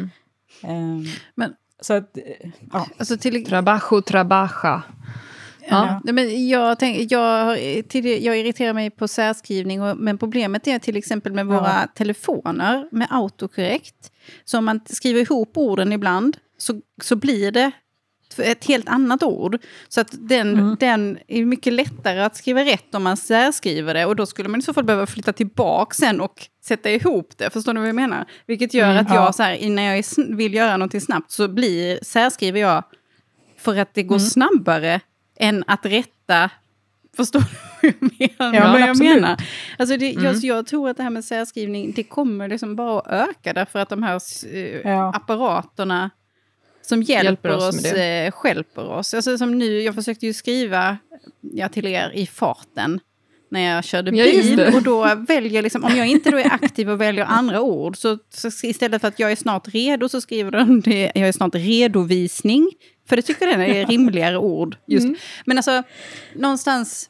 Men så att, alltså trabaja. Ja. Men jag irriterar mig på särskrivning, men problemet är till exempel med våra telefoner med autokorrekt. Så om man skriver ihop orden ibland så blir det ett helt annat ord. Så att den är mycket lättare att skriva rätt om man särskriver det. Och då skulle man i så fall behöva flytta tillbaka sen och sätta ihop det. Förstår ni vad jag menar? Vilket gör att jag så här, innan jag vill göra någonting snabbt så särskriver jag för att det går snabbare än att rätta. Förstår du vad jag menar? Alltså jag tror att det här med särskrivning, det kommer liksom bara att öka därför att de här apparaterna som hjälper oss stjälper oss. Alltså som nu, jag försökte ju skriva till er i farten när jag körde Ja, just bil. det. Och då väljer liksom, om jag inte då är aktiv och väljer andra ord, så istället för att jag är snart redo så skriver den det, jag är snart redovisning. För det tycker den är rimligare ord. Just. Men alltså, någonstans,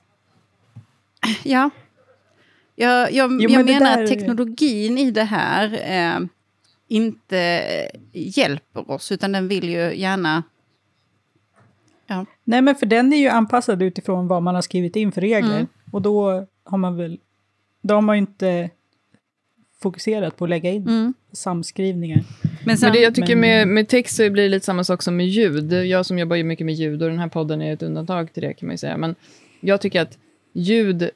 ja. Jag menar att teknologin i det här inte hjälper oss, utan den vill ju gärna... Ja. Nej, men för den är ju anpassad utifrån vad man har skrivit in för regler. Och då har man ju inte fokuserat på att lägga in samskrivningar. Men det jag tycker med text så blir det lite samma sak som med ljud. Jag som jobbar ju mycket med ljud, och den här podden är ett undantag till det, kan man ju säga. Men jag tycker att ljud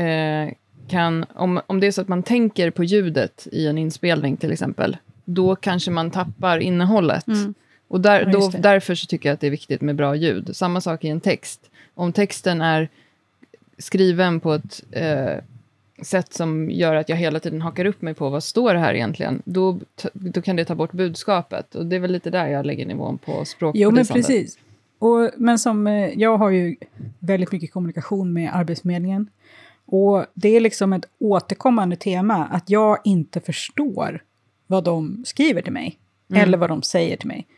kan, om det är så att man tänker på ljudet i en inspelning till exempel, då kanske man tappar innehållet. Och därför så tycker jag att det är viktigt med bra ljud. Samma sak i en text. Om texten är skriven på ett sätt som gör att jag hela tiden hakar upp mig på vad står det här egentligen, då kan det ta bort budskapet. Och det är väl lite där jag lägger nivån på språkpolisandet. Jo, men precis. Men som jag har ju väldigt mycket kommunikation med Arbetsförmedlingen. Och det är liksom ett återkommande tema att jag inte förstår vad de skriver till mig. Eller vad de säger till mig.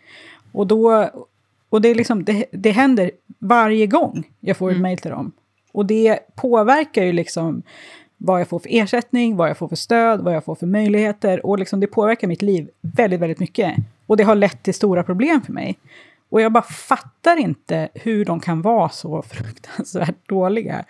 Och det är liksom, det händer varje gång jag får ett mejl till dem. Och det påverkar ju liksom vad jag får för ersättning, vad jag får för stöd, vad jag får för möjligheter. Och liksom det påverkar mitt liv väldigt, väldigt mycket. Och det har lett till stora problem för mig. Och jag bara fattar inte hur de kan vara så fruktansvärt dåliga.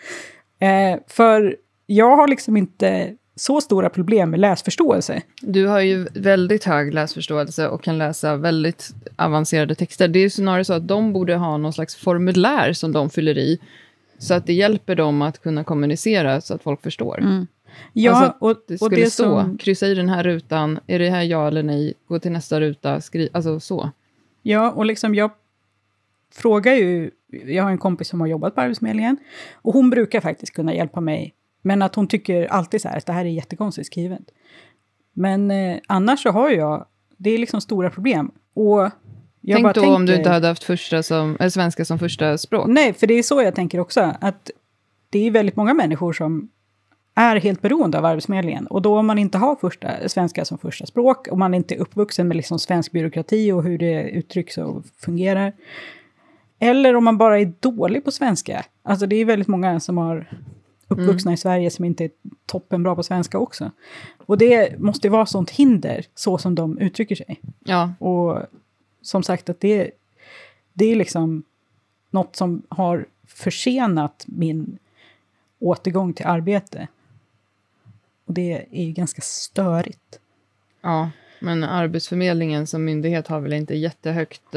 För jag har liksom inte så stora problem med läsförståelse. Du har ju väldigt hög läsförståelse och kan läsa väldigt avancerade texter. Det är ju snarare så att de borde ha någon slags formulär som de fyller i, så att det hjälper dem att kunna kommunicera så att folk förstår. Ja, alltså, det skulle det stå, kryssa i den här rutan, är det här ja eller nej, gå till nästa ruta, alltså så. Ja, och liksom jag frågar ju, jag har en kompis som har jobbat på Arbetsförmedlingen, och hon brukar faktiskt kunna hjälpa mig. Men att hon tycker alltid så här att det här är jättekonstigt skrivet. Men annars så har det är liksom stora problem. Och tänk då om du inte hade haft svenska som första språk. Nej, för det är så jag tänker också. Att det är väldigt många människor som är helt beroende av Arbetsförmedlingen. Och då om man inte har svenska som första språk, och man inte är uppvuxen med liksom svensk byråkrati och hur det uttrycks och fungerar. Eller om man bara är dålig på svenska. Alltså det är väldigt många som har uppvuxna i Sverige som inte är toppenbra på svenska också. Och det måste vara sånt hinder, så som de uttrycker sig. Ja. Och som sagt att det är liksom något som har försenat min återgång till arbete. Och det är ju ganska störigt. Ja, men Arbetsförmedlingen som myndighet har väl inte jättehögt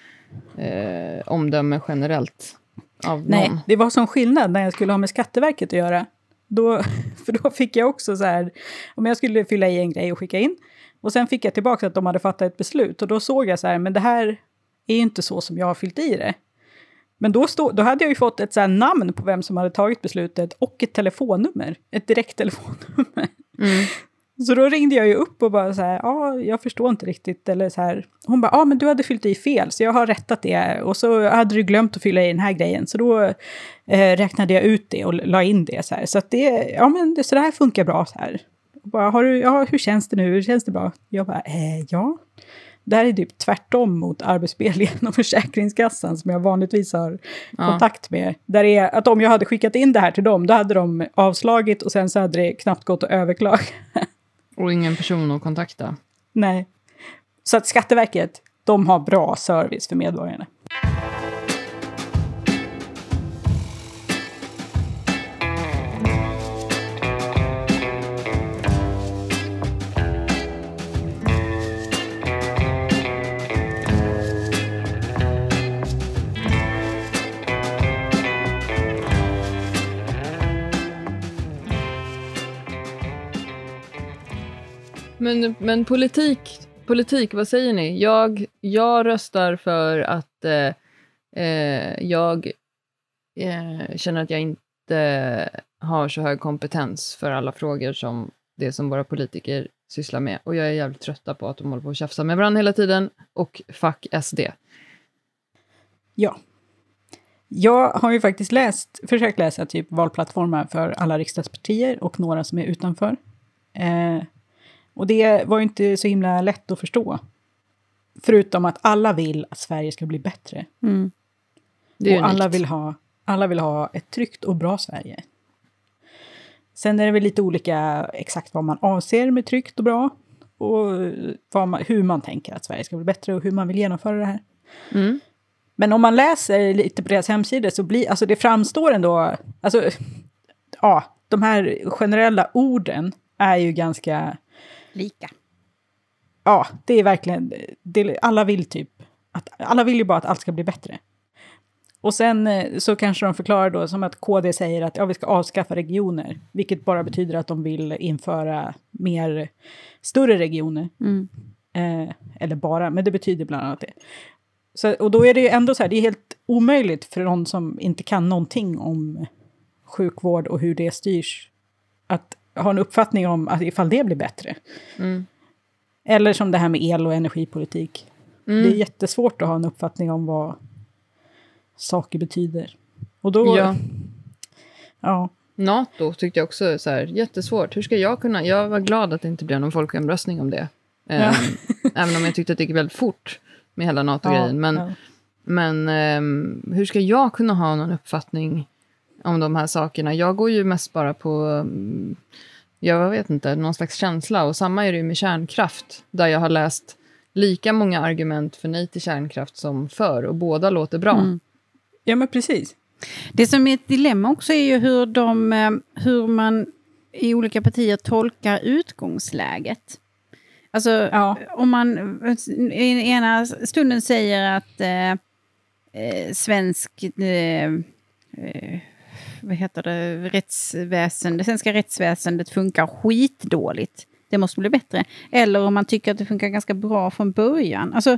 omdöme generellt. Nej, det var sån skillnad när jag skulle ha med Skatteverket att göra. För då fick jag också så här, om jag skulle fylla i en grej och skicka in. Och sen fick jag tillbaka att de hade fattat ett beslut. Och då såg jag så här, men det här är ju inte så som jag har fyllt i det. Men då hade jag ju fått ett så här namn på vem som hade tagit beslutet och ett telefonnummer. Ett direkt telefonnummer. Så då ringde jag ju upp och bara så här, jag förstår inte riktigt. Eller så här, hon bara, men du hade fyllt i fel så jag har rättat det. Och så hade du glömt att fylla i den här grejen. Så då räknade jag ut det och la in det så här. Så att så det här funkar bra så här. Och bara, hur känns det nu? Hur känns det bra? Jag bara, ja. Det här är typ tvärtom mot Arbetsförmedlingen och Försäkringskassan som jag vanligtvis har kontakt med. Där är att om jag hade skickat in det här till dem, då hade de avslagit och sen så hade det knappt gått att överklaga. Och ingen person att kontakta. Nej. Så att Skatteverket, de har bra service för medborgarna. Men politik, vad säger ni? Jag röstar för att jag känner att jag inte har så hög kompetens för alla frågor som det som våra politiker sysslar med. Och jag är jävligt trötta på att de håller på att tjafsa med varandra hela tiden. Och fuck SD. Ja. Jag har ju faktiskt försökt läsa typ valplattformar för alla riksdagspartier och några som är utanför. Och det var ju inte så himla lätt att förstå. Förutom att alla vill att Sverige ska bli bättre. Mm. Det är och unikt. alla vill ha ett tryggt och bra Sverige. Sen är det väl lite olika exakt vad man avser med tryggt och bra. Och hur man tänker att Sverige ska bli bättre och hur man vill genomföra det här. Mm. Men om man läser lite på deras hemsidor så blir, alltså det framstår ändå, alltså, ja, de här generella orden är ju ganska, Lika. ja, det är verkligen, alla vill ju bara att allt ska bli bättre. Och sen så kanske de förklarar då som att KD säger att vi ska avskaffa regioner, vilket bara betyder att de vill införa större regioner. Mm. Eller bara, men det betyder bland annat det. Så, och då är det ju ändå så här, det är helt omöjligt för någon som inte kan någonting om sjukvård och hur det styrs att ha en uppfattning om att ifall det blir bättre. Mm. Eller som det här med el- och energipolitik. Mm. Det är jättesvårt att ha en uppfattning om vad saker betyder. Och då... Ja. NATO tyckte jag också så här, jättesvårt. Hur ska jag kunna... Jag var glad att det inte blev någon folkomröstning om det. Även om jag tyckte att det gick väldigt fort med hela NATO-grejen. Men hur ska jag kunna ha någon uppfattning om de här sakerna? Jag går ju mest bara på... jag vet inte, någon slags känsla. Och samma är det ju med kärnkraft. Där jag har läst lika många argument för nej till kärnkraft som för. Och båda låter bra. Mm. Ja, men precis. Det som är ett dilemma också är ju hur man i olika partier tolkar utgångsläget. Alltså om man i ena stunden säger att det svenska rättsväsendet funkar skitdåligt. Det måste bli bättre. Eller om man tycker att det funkar ganska bra från början. Alltså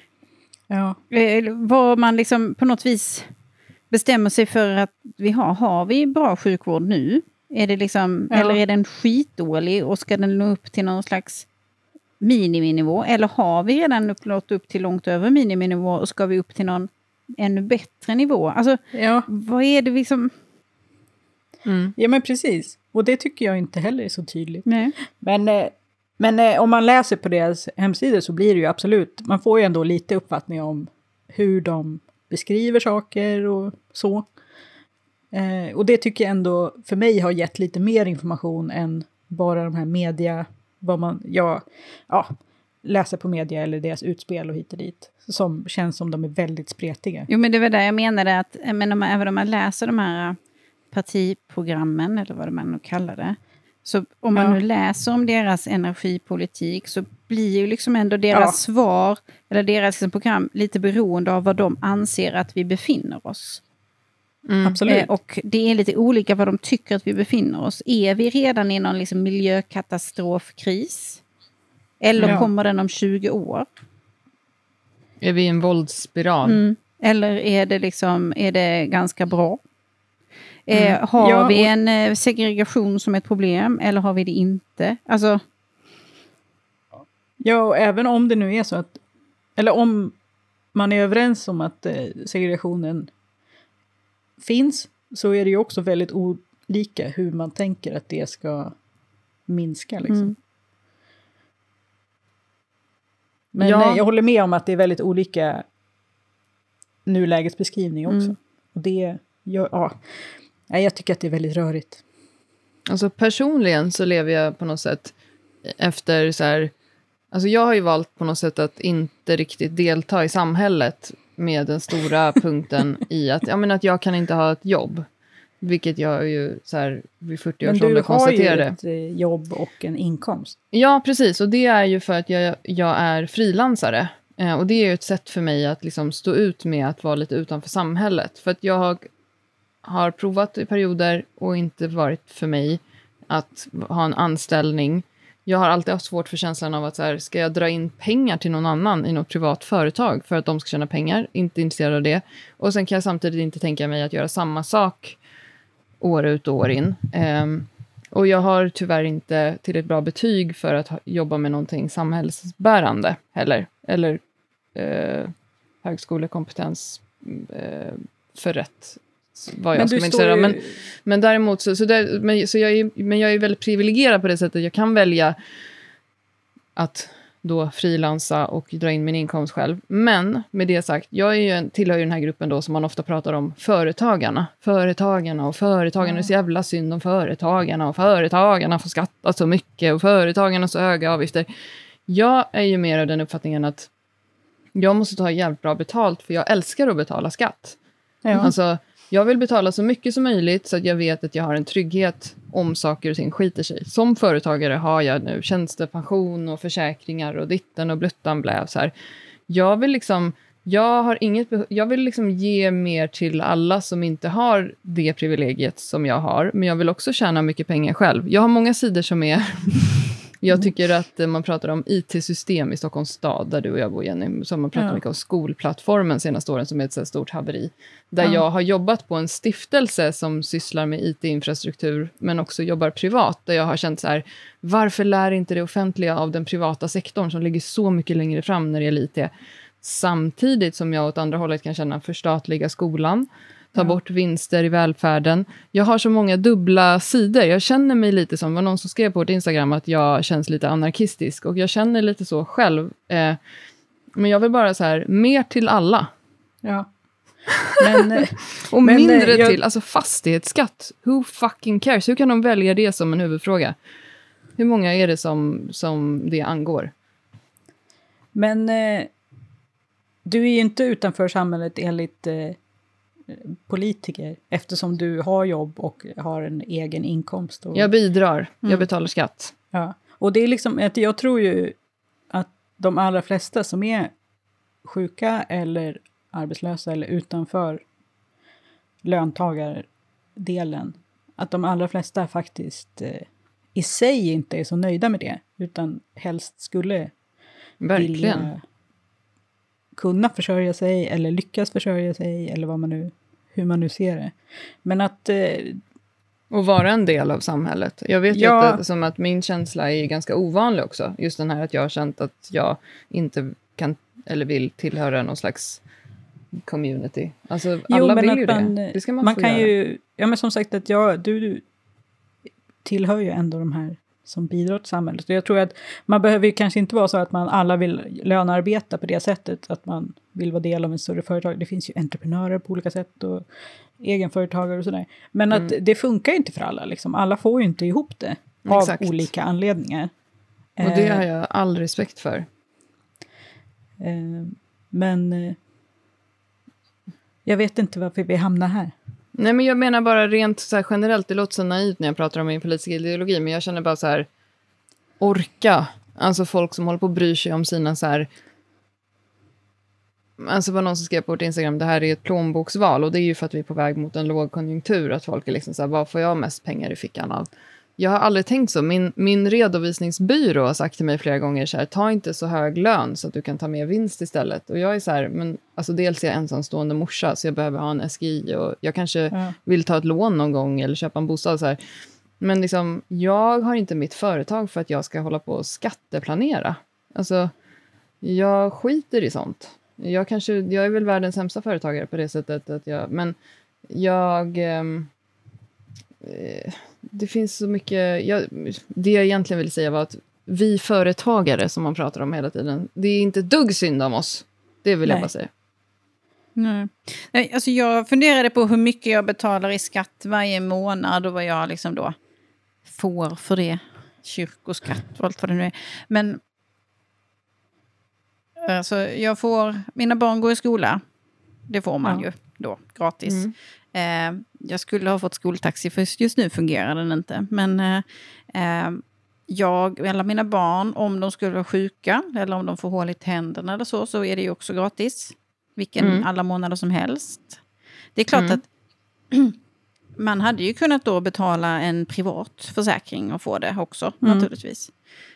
vad man liksom på något vis bestämmer sig för att har vi bra sjukvård nu? Är det liksom, eller är den skitdålig och ska den nå upp till någon slags miniminivå? Eller har vi redan nått upp till långt över miniminivå och ska vi upp till någon ännu bättre nivå? Alltså, vad är det liksom... Mm. Ja, men precis. Och det tycker jag inte heller är så tydligt. Nej. Men om man läser på deras hemsidor så blir det ju absolut... Man får ju ändå lite uppfattning om hur de beskriver saker och så. Och det tycker jag ändå för mig har gett lite mer information än bara de här media... Jag läser på media eller deras utspel och hit och dit. Som känns som de är väldigt spretiga. Jo, men det var där jag menade att även om man läser de här partiprogrammen eller vad man nu kallar det. Så om man nu läser om deras energipolitik så blir ju liksom ändå deras svar eller deras program lite beroende av vad de anser att vi befinner oss. Mm. Absolut. Och det är lite olika vad de tycker att vi befinner oss. Är vi redan i någon liksom miljökatastrofkris? Eller kommer den om 20 år? Är vi i en våldsspiral? Mm. Eller är det ganska bra? Har vi en segregation som ett problem? Eller har vi det inte? Alltså... Ja, och även om det nu är så att... Eller om man är överens om att segregationen finns, så är det ju också väldigt olika hur man tänker att det ska minska. Liksom. Mm. Men jag håller med om att det är väldigt olika nulägesbeskrivning också. Mm. Och det, jag tycker att det är väldigt rörigt. Alltså personligen så lever jag på något sätt efter så här... Alltså jag har ju valt på något sätt att inte riktigt delta i samhället med den stora punkten i att jag kan inte ha ett jobb. Vilket jag ju så här vid 40 års ålder konstaterade. Men du har ju ett jobb och en inkomst. Ja, precis. Och det är ju för att jag är frilansare. Och det är ju ett sätt för mig att liksom stå ut med att vara lite utanför samhället. För att jag har provat i perioder och inte varit för mig att ha en anställning. Jag har alltid haft svårt för känslan av att så här, ska jag dra in pengar till någon annan i något privat företag för att de ska tjäna pengar? Inte intresserad av det. Och sen kan jag samtidigt inte tänka mig att göra samma sak år ut och år in. Och jag har tyvärr inte till ett bra betyg för att jobba med någonting samhällsbärande heller. Eller högskolekompetens för rätt. Vad jag Men ska du inte står säga. ju... Men däremot jag är väldigt privilegierad på det sättet. Jag kan välja att då frilansa och dra in min inkomst själv. Men med det sagt, jag tillhör ju den här gruppen då som man ofta pratar om, företagarna. Företagarna är så jävla synd om företagarna, och företagarna får skatta så mycket och företagarna så höga avgifter. Jag är ju mer av den uppfattningen att jag måste ta jävligt bra betalt, för jag älskar att betala skatt. Ja. Alltså, jag vill betala så mycket som möjligt så att jag vet att jag har en trygghet om saker och ting skiter sig. Som företagare har jag nu tjänstepension och försäkringar och ditten och bluttan bläv så här. Jag vill liksom ge mer till alla som inte har det privilegiet som jag har. Men jag vill också tjäna mycket pengar själv. Jag har många sidor som är... Jag tycker att man pratar om IT-system i Stockholms stad, där du och jag bor, Jenny. Så man pratar mycket om skolplattformen senaste åren, som är ett så stort haveri. Där jag har jobbat på en stiftelse som sysslar med IT-infrastruktur, men också jobbar privat. Där jag har känt så här, varför lär inte det offentliga av den privata sektorn som ligger så mycket längre fram när det gäller IT? Samtidigt som jag åt andra hållet kan känna förstatliga skolan. Ta bort vinster i välfärden. Jag har så många dubbla sidor. Jag känner mig lite som, var någon som skrev på vårt Instagram att jag känns lite anarkistisk. Och jag känner lite så själv. Men jag vill bara så här, mer till alla. Ja. Men, och mindre till, alltså fastighetsskatt. Who fucking cares? Hur kan de välja det som en huvudfråga? Hur många är det som det angår? Men du är ju inte utanför samhället enligt... politiker, eftersom du har jobb och har en egen inkomst. Och... Jag bidrar, jag betalar skatt. Ja, och det är liksom att jag tror ju att de allra flesta som är sjuka eller arbetslösa eller utanför löntagardelen, att de allra flesta faktiskt i sig inte är så nöjda med det, utan helst skulle vilja kunna försörja sig eller lyckas försörja sig eller hur man nu ser det. Men att... och vara en del av samhället. Jag vet ju att min känsla är ganska ovanlig också. Just den här att jag har känt att jag inte kan eller vill tillhöra någon slags community. Alltså alla vill ju det. Det ska man få kan göra. Ju, ja, men som sagt att du tillhör ju ändå de här som bidrar till samhället. Så jag tror att man behöver ju kanske inte vara så att man alla vill lönearbeta på det sättet, att man vill vara del av en större företag. Det finns ju entreprenörer på olika sätt och egenföretagare och sådär. Men att det funkar ju inte för alla. Liksom. Alla får ju inte ihop det av olika anledningar. Och det har jag all respekt för. Men jag vet inte varför vi hamnar här. Nej, men jag menar bara rent så här generellt, det låter så naivt när jag pratar om min politiska ideologi, men jag känner bara så här, orka. Alltså folk som håller på att bry sig om sina så här, alltså var någon som skrev på vårt Instagram, det här är ett plånboksval, och det är ju för att vi är på väg mot en lågkonjunktur, att folk är liksom så här, vad får jag mest pengar i fickan av? Jag har aldrig tänkt så. Min redovisningsbyrå har sagt till mig flera gånger så här, ta inte så hög lön så att du kan ta mer vinst istället. Och jag är så här, men alltså dels är jag ensamstående morsa, så jag behöver ha en SGI och jag kanske vill ta ett lån någon gång eller köpa en bostad så här. Men liksom, jag har inte mitt företag för att jag ska hålla på och skatteplanera. Alltså, jag skiter i sånt. Jag är väl världens sämsta företagare på det sättet att det finns så mycket... Det jag egentligen vill säga var att vi företagare som man pratar om hela tiden, det är inte dugg synd om oss. Det vill jag bara säga. Nej, alltså jag funderade på hur mycket jag betalar i skatt varje månad och vad jag liksom då får för det. Kyrkoskatt och allt vad det nu är. Men alltså mina barn går i skola. Det får man ju då, gratis. Jag skulle ha fått skoltaxi, för just nu fungerar den inte. Men alla mina barn, om de skulle vara sjuka eller om de får hål i tänderna eller så är det ju också gratis. Alla månader som helst. Det är klart att man hade ju kunnat då betala en privat försäkring och få det också, naturligtvis.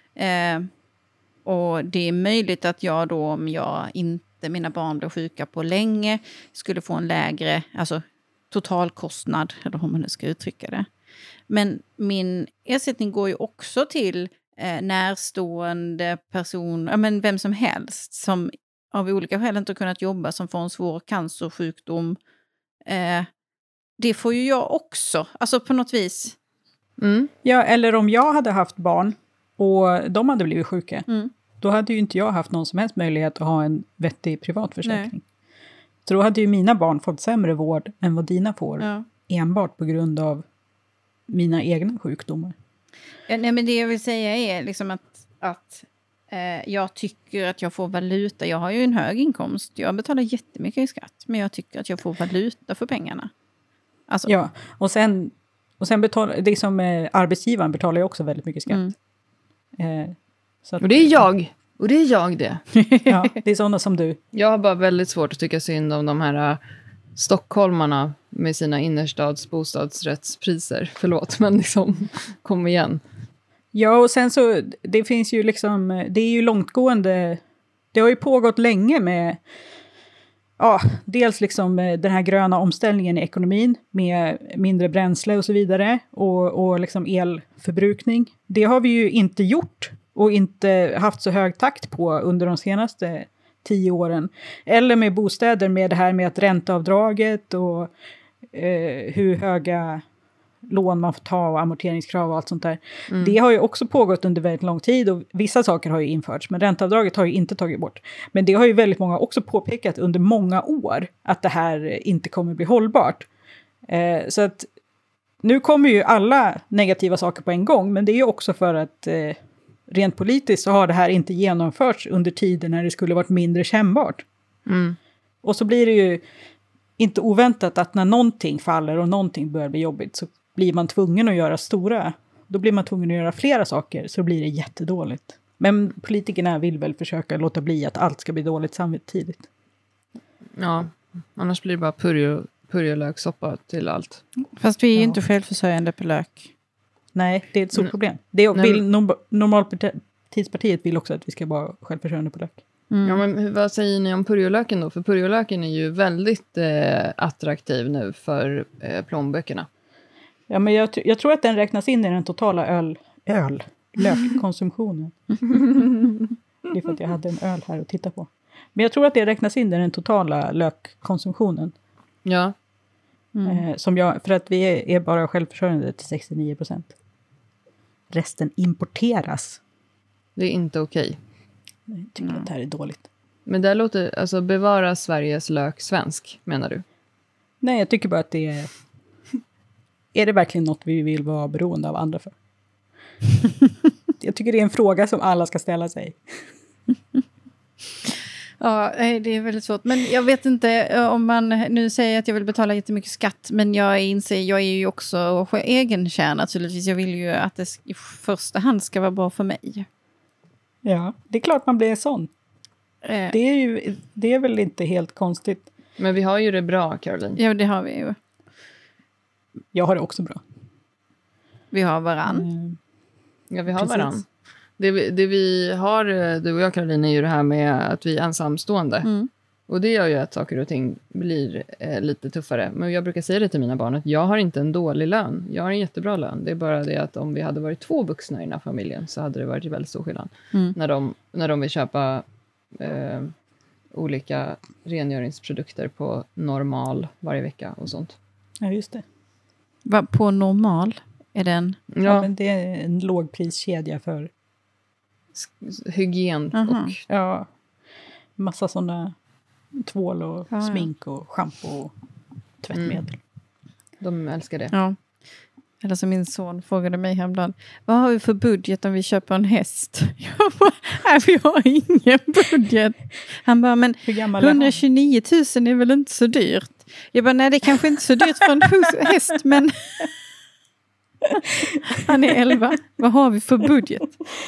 Och det är möjligt att jag då, om mina barn blir sjuka på länge, skulle få en lägre, alltså totalkostnad, eller hur man nu ska uttrycka det. Men min ersättning går ju också till närstående person, men vem som helst som av olika skäl inte kunnat jobba, som får en svår cancersjukdom det får ju jag också. Alltså på något vis. Mm. Ja, eller om jag hade haft barn och de hade blivit sjuka. Mm. Då hade ju inte jag haft någon som helst möjlighet att ha en vettig privatförsäkring. Så då hade ju mina barn fått sämre vård än vad dina får. Ja. Enbart på grund av mina egna sjukdomar. Nej, men det jag vill säga är liksom att jag tycker att jag får valuta. Jag har ju en hög inkomst. Jag betalar jättemycket i skatt. Men jag tycker att jag får valuta för pengarna. Alltså. Ja, och sen betalar, det som arbetsgivaren betalar ju också väldigt mycket skatt. Så att, Och det är jag. Och det är jag det. Ja, det är sådana som du. Jag har bara väldigt svårt att tycka synd om de här stockholmarna med sina innerstads bostadsrättspriser. Förlåt, men liksom, kom igen. Ja, och sen så, det finns ju liksom, det är ju långtgående, det har ju pågått länge med, ja, dels liksom den här gröna omställningen i ekonomin med mindre bränsle och så vidare och liksom elförbrukning. Det har vi ju inte gjort och inte haft så hög takt på under de senaste 10 åren. Eller med bostäder med det här med att ränteavdraget och hur höga lån man får ta och amorteringskrav och allt sånt där. Det har ju också pågått under väldigt lång tid och vissa saker har ju införts, men ränteavdraget har ju inte tagit bort. Men det har ju väldigt många också påpekat under många år att det här inte kommer bli hållbart. Så att nu kommer ju alla negativa saker på en gång, men det är ju också för att rent politiskt så har det här inte genomförts under tiden när det skulle varit mindre kännbart. Och så blir det ju inte oväntat att när någonting faller och någonting börjar bli jobbigt så blir man tvungen att göra då blir man tvungen att göra flera saker så blir det jättedåligt. Men politikerna vill väl försöka låta bli att allt ska bli dåligt samtidigt. Ja, annars blir det bara purjolökssoppa till allt. Fast vi är ju inte självförsörjande på lök. Nej, det är ett stort problem. Normaltidspartiet vill också att vi ska vara självförsörjande på lök. Ja, men vad säger ni om purjolöken då? För purjolöken är ju väldigt attraktiv nu för plånböckerna. Ja, men jag tror att den räknas in i den totala lökkonsumtionen. Det är för att jag hade en öl här att titta på. Men jag tror att det räknas in i den totala lökkonsumtionen. Ja. För att vi är bara självförsörjande till 69%. Resten importeras. Det är inte okej. Jag tycker att det här är dåligt. Men det låter, alltså bevara Sveriges lök svensk, menar du? Nej, jag tycker bara att det är... Är det verkligen något vi vill vara beroende av andra för? Jag tycker det är en fråga som alla ska ställa sig. Ja, det är väldigt svårt. Men jag vet inte om man nu säger att jag vill betala jättemycket skatt. Men jag är ju också egenkär naturligtvis. Jag vill ju att det i första hand ska vara bra för mig. Ja, det är klart man blir sån. Det är väl inte helt konstigt. Men vi har ju det bra, Caroline. Ja, det har vi ju. Jag har det också bra. Vi har varann. Ja, vi har varann. Det vi har, du och jag, Caroline, är ju det här med att vi är ensamstående. Och det gör ju att saker och ting blir lite tuffare. Men jag brukar säga det till mina barn att jag har inte en dålig lön. Jag har en jättebra lön. Det är bara det att om vi hade varit 2 vuxna i den här familjen så hade det varit väldigt stor skillnad. När de vill köpa olika rengöringsprodukter på normal varje vecka och sånt. Ja, just det. På normal är den? Ja, men det är en lågpriskedja för hygien och... Ja, massa sådana tvål och smink och shampoo och tvättmedel. De älskar det. Ja. Eller som min son frågade mig häromdagen. Vad har vi för budget om vi köper en häst? Jag bara, nej, vi har ingen budget. Han bara, men 129 000 är väl inte så dyrt? Jag bara, nej, det är kanske inte så dyrt för en häst, men... Han är 11. Vad har vi för budget?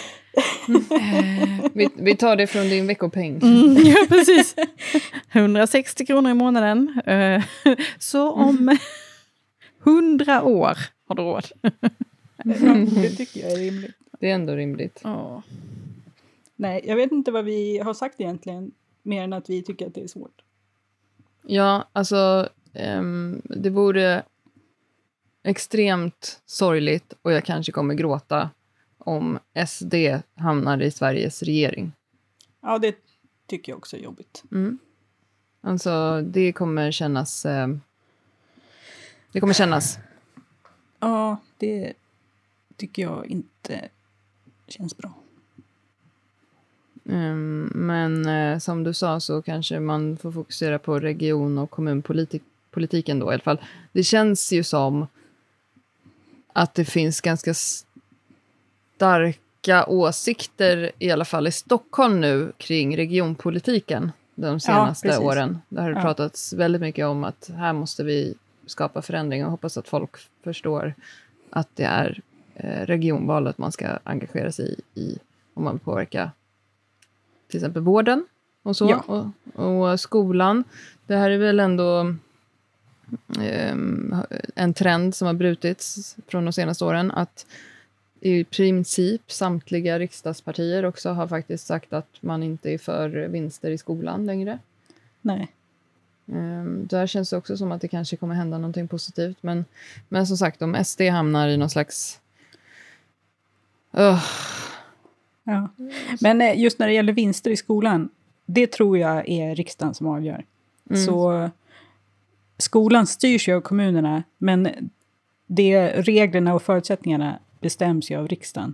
Vi tar det från din veckopeng. Ja, precis. 160 kronor i månaden. Så om 100 år har du råd. Det tycker jag är rimligt. Det är ändå rimligt. Nej, jag vet inte vad vi har sagt egentligen. Mer än att vi tycker att det är svårt. Ja, alltså det vore extremt sorgligt och jag kanske kommer gråta om SD hamnar i Sveriges regering. Ja, det tycker jag också är jobbigt. Alltså, det kommer kännas Det kommer kännas. Ja, det tycker jag inte känns bra. Men som du sa så kanske man får fokusera på region- och kommunpolitiken då i alla fall. Det känns ju som att det finns ganska starka åsikter i alla fall i Stockholm nu kring regionpolitiken de senaste åren. Det har pratats väldigt mycket om att här måste vi skapa förändring och hoppas att folk förstår att det är regionvalet man ska engagera sig i om man vill påverka till exempel vården och så och skolan. Det här är väl ändå en trend som har brutits från de senaste åren att i princip samtliga riksdagspartier också har faktiskt sagt att man inte är för vinster i skolan längre. Nej. Där känns det också som att det kanske kommer hända någonting positivt. Men som sagt, om SD hamnar i någon slags... Ja. Men just när det gäller vinster i skolan, det tror jag är riksdagen som avgör. Så skolan styrs ju av kommunerna, men reglerna och förutsättningarna bestäms ju av riksdagen.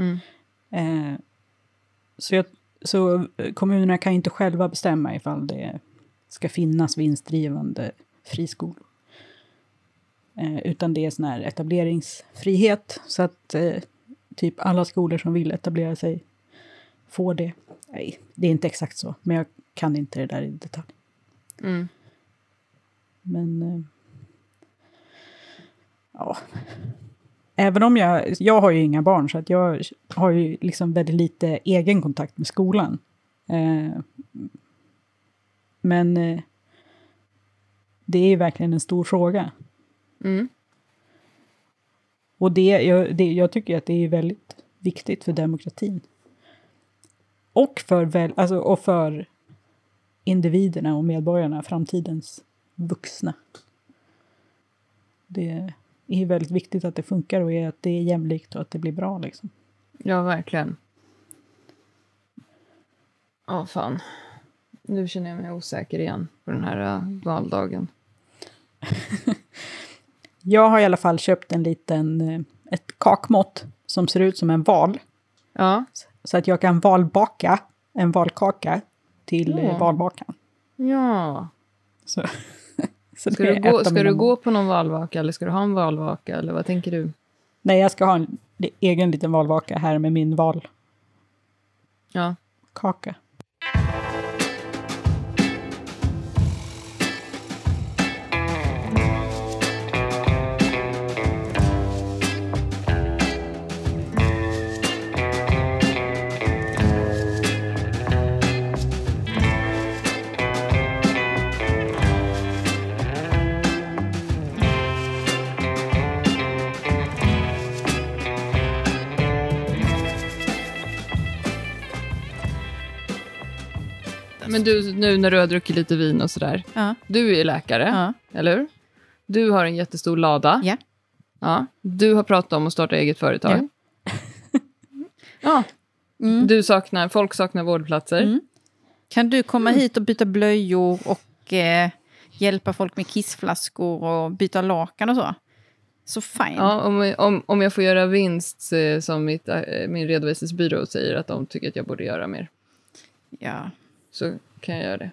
Så kommunerna kan inte själva bestämma ifall det ska finnas vinstdrivande friskolor. Utan det är sån här etableringsfrihet. Så att typ alla skolor som vill etablera sig får det. Nej, det är inte exakt så. Men jag kan inte det där i detalj. Men ja. Även om jag har ju inga barn så att jag har ju liksom väldigt lite egen kontakt med skolan. Men det är ju verkligen en stor fråga. Och jag tycker att det är väldigt viktigt för demokratin. Och för individerna och medborgarna, framtidens vuxna. Det är väldigt viktigt att det funkar och att det är jämlikt och att det blir bra liksom. Ja, verkligen. Ja, fan. Nu känner jag mig osäker igen på den här valdagen. Jag har i alla fall köpt ett kakmått som ser ut som en val. Ja. Så att jag kan valbaka en valkaka till valbakan. Ja. Så ska du gå på någon valvaka eller ska du ha en valvaka eller vad tänker du? Nej, jag ska ha en egen liten valvaka här med min valkaka. Men du, nu när du har druckit lite vin och sådär. Ja. Du är läkare, eller hur? Du har en jättestor lada. Ja. Ja. Du har pratat om att starta eget företag. Ja. Folk saknar vårdplatser. Kan du komma hit och byta blöjor och hjälpa folk med kissflaskor och byta lakan och så? Så fine. Ja, om jag får göra vinst som min redovisningsbyrå säger att de tycker att jag borde göra mer. Ja. Så kan jag göra det.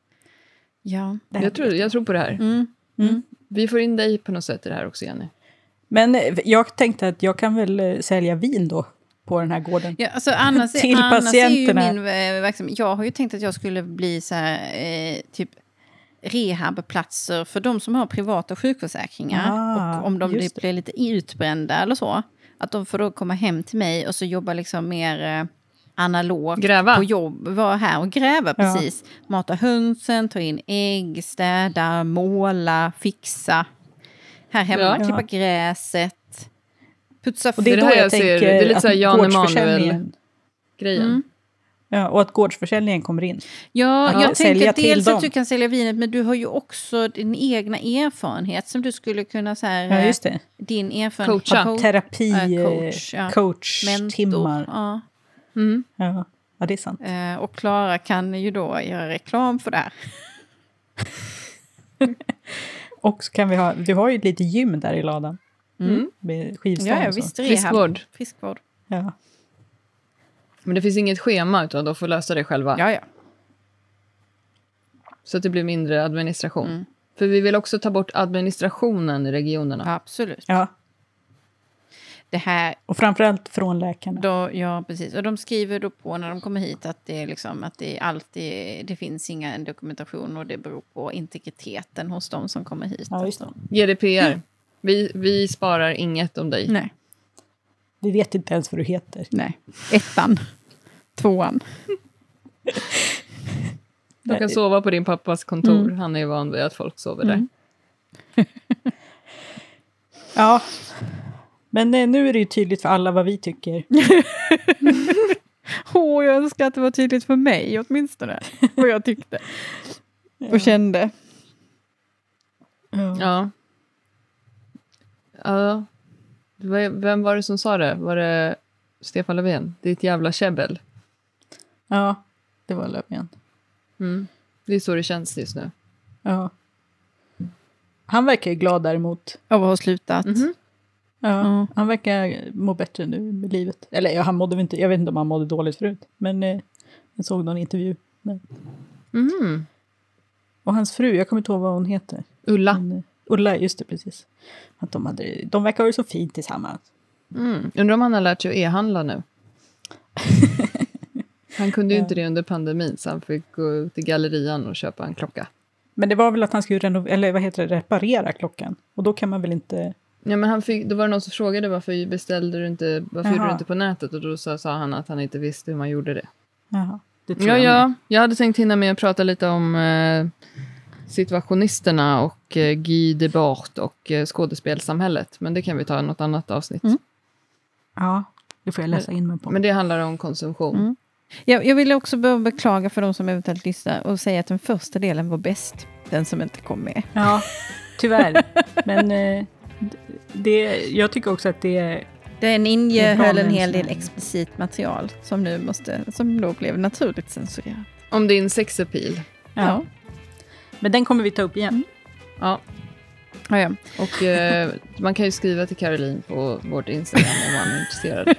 Ja. Jag tror på det här. Vi får in dig på något sätt i det här också, Jenny. Men jag tänkte att jag kan väl sälja vin då på den här gården. Ja, alltså annars till patienterna. Är ju min verksamhet. Jag har ju tänkt att jag skulle bli så här typ rehabplatser för de som har privata sjukförsäkringar. Och om de blir lite utbrända eller så. Att de får då komma hem till mig och så jobba liksom mer analogt på jobb. Vara här och gräva precis. Mata hönsen, ta in ägg, städa, måla, fixa. Här hemma, klippa gräset. Putsa. Och det är då jag tänker det är lite så här Jan Emanuel-grejen. Ja, och att gårdsförsäljningen kommer in. Ja, jag tänker dels att du kan sälja vinet, men du har ju också din egna erfarenhet som du skulle kunna så här, just det. Din erfarenhet. Terapi, coach-timmar. Ja. Ja, det är sant. Och Klara kan ju då göra reklam för det här. Och så kan vi ha, du har ju lite gym där i ladan. Med skivstång Ja, och så. visst. Friskvård. Ja. Men det finns inget schema, utan de får lösa det själva. Ja. Så att det blir mindre administration. För vi vill också ta bort administrationen i regionerna. Absolut. Ja. Det här, Och framförallt från läkarna. ja, precis. Och de skriver då på när de kommer hit att det är liksom att det alltid det finns ingen dokumentation och det beror på integriteten hos de som kommer hit. Ja, just det. GDPR. Vi sparar inget om dig. Nej. Vi vet inte ens vad du heter. Nej. 1:an. 2:an. De kan sova på din pappas kontor. Han är van vid att folk sover där. Ja. Men nu är det ju tydligt för alla vad vi tycker. Jag önskar att det var tydligt för mig åtminstone. Vad jag tyckte. Och kände. Ja. Vem var det som sa det? Var det Stefan Löfven? Det är ett jävla käbbel. Ja, det var Löfven. Det är så det känns just nu. Ja. Han verkar ju glad däremot. Av att ha slutat. Ja, han verkar må bättre nu med livet. Eller ja, han mådde inte, jag vet inte om han mådde dåligt förut. Men jag såg någon intervju. Och hans fru, jag kommer inte ihåg vad hon heter. Ulla. Men, Ulla, just det, precis. Att de verkar ha det så fint tillsammans. Undrar om han har lärt sig att e-handla nu. Han kunde ju inte det under pandemin, så han fick gå till gallerian och köpa en klocka. Men det var väl att han skulle reparera klockan. Och då kan man väl inte... Ja, men då var det någon som frågade varför gjorde du inte på nätet? Och då sa han att han inte visste hur man gjorde det. Jaha, det tror Jag hade tänkt hinna med att prata lite om situationisterna och Guy Debord och skådespelsamhället. Men det kan vi ta i något annat avsnitt. Ja, det får jag läsa in mig på. Men det handlar om konsumtion. Jag vill också beklaga för de som eventuellt lyssnar och säga att den första delen var bäst. Den som inte kom med. Ja, tyvärr. Men jag tycker också att Den innehöll en hel del explicit material som då blev naturligt censurerat. Om din sexappeal. Ja. Men den kommer vi ta upp igen. Ja. Och man kan ju skriva till Caroline på vårt Instagram om man är intresserad.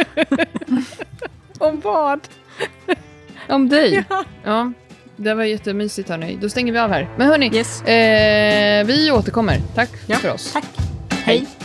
Om vad? Om dig. Ja, det var jättemysigt hörni. Då stänger vi av här. Men hörni, Yes. vi återkommer. Tack för oss. Tack. Hej.